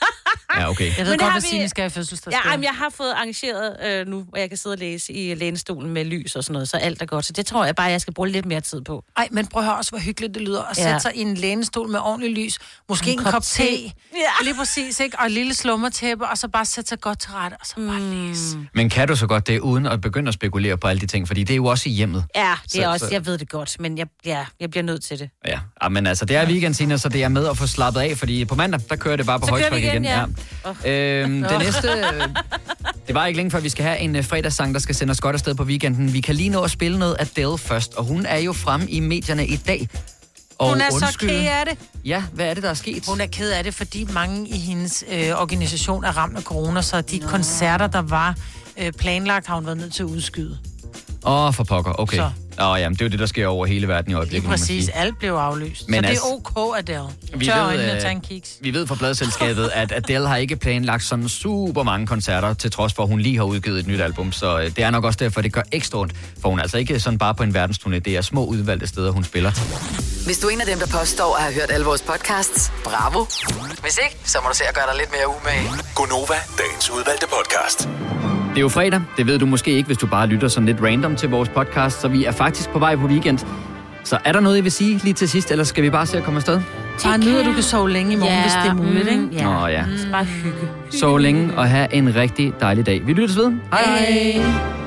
Ja, okay. Jeg ved Men godt, har hvad vi- Signe skal i fødselsdagsgave. Ja, jamen, jeg har fået arrangeret øh, nu, hvor jeg kan sidde og læse i lænestolen med lys og sådan noget, så alt er godt. Så det tror jeg bare, jeg skal bruge lidt mere tid på. Ej, men prøv at høre også, hvor hyggeligt det lyder at Ja. sætte sig i en lænestol med ordentlig lys. Måske en, en kop, kop te. te. Ja. Lige præcis, ikke? Og et lille slummertæppe, og så bare sætte sig godt til rette, og så bare Mm. læse. Men kan du så godt det, uden at begynde at spekulere på alle de ting? Fordi det er jo også i hjemmet. Ja, det er Så- også, så- jeg ved det godt, men jeg, ja, jeg bliver nødt til det. Ja, ah, men altså, det er weekend, Signe, så det er med at få slappet af, fordi på mandag, der kører det bare på Så kører højtryk vi igen, igen. ja. Øhm, det Åh. næste, øh, det var ikke længe før, vi skal have en uh, fredagssang, der skal sende os godt afsted på weekenden. Vi kan lige nå at spille noget Adele først, og hun er jo fremme i medierne i dag. Og Hun er så undskyld- ked af det. Ja, hvad er det, der er sket? Hun er ked af det, fordi mange i hendes øh, organisation er ramt af corona, så de Nå. koncerter, der var øh, planlagt, har hun været nødt til at udskyde. Åh, oh, for pokker, okay. Så. Åh, oh, jamen, det er jo det, der sker over hele verden i øjeblikket. Lige må man præcis, sige. alt blev aflyst. Men så altså, det er ok, Adele. Vi Tør ved, øjnene og øh, tage en kiks. Vi ved fra Bladselskabet, at Adele har ikke planlagt sådan super mange koncerter, til trods for, at hun lige har udgivet et nyt album. Så øh, det er nok også derfor, det gør ekstra ondt. For hun er altså ikke sådan bare på en verdensturné. Det er små udvalgte steder, hun spiller. Hvis du er en af dem, der påstår at have hørt alle vores podcasts, bravo. Hvis ikke, så må du se at gøre dig lidt mere umage. Gonova, dagens udvalgte podcast. Det er jo fredag. Det ved du måske ikke, hvis du bare lytter sådan lidt random til vores podcast. Så vi er faktisk på vej på weekend. Så er der noget, I vil sige lige til sidst, eller skal vi bare se at komme afsted? Bare nyd, at du kan sove længe i morgen, Ja, hvis det er muligt, mm, ikke? Nå ja. Bare hygge. Så længe og have en rigtig dejlig dag. Vi lyttes ved. Hej hej. Hej.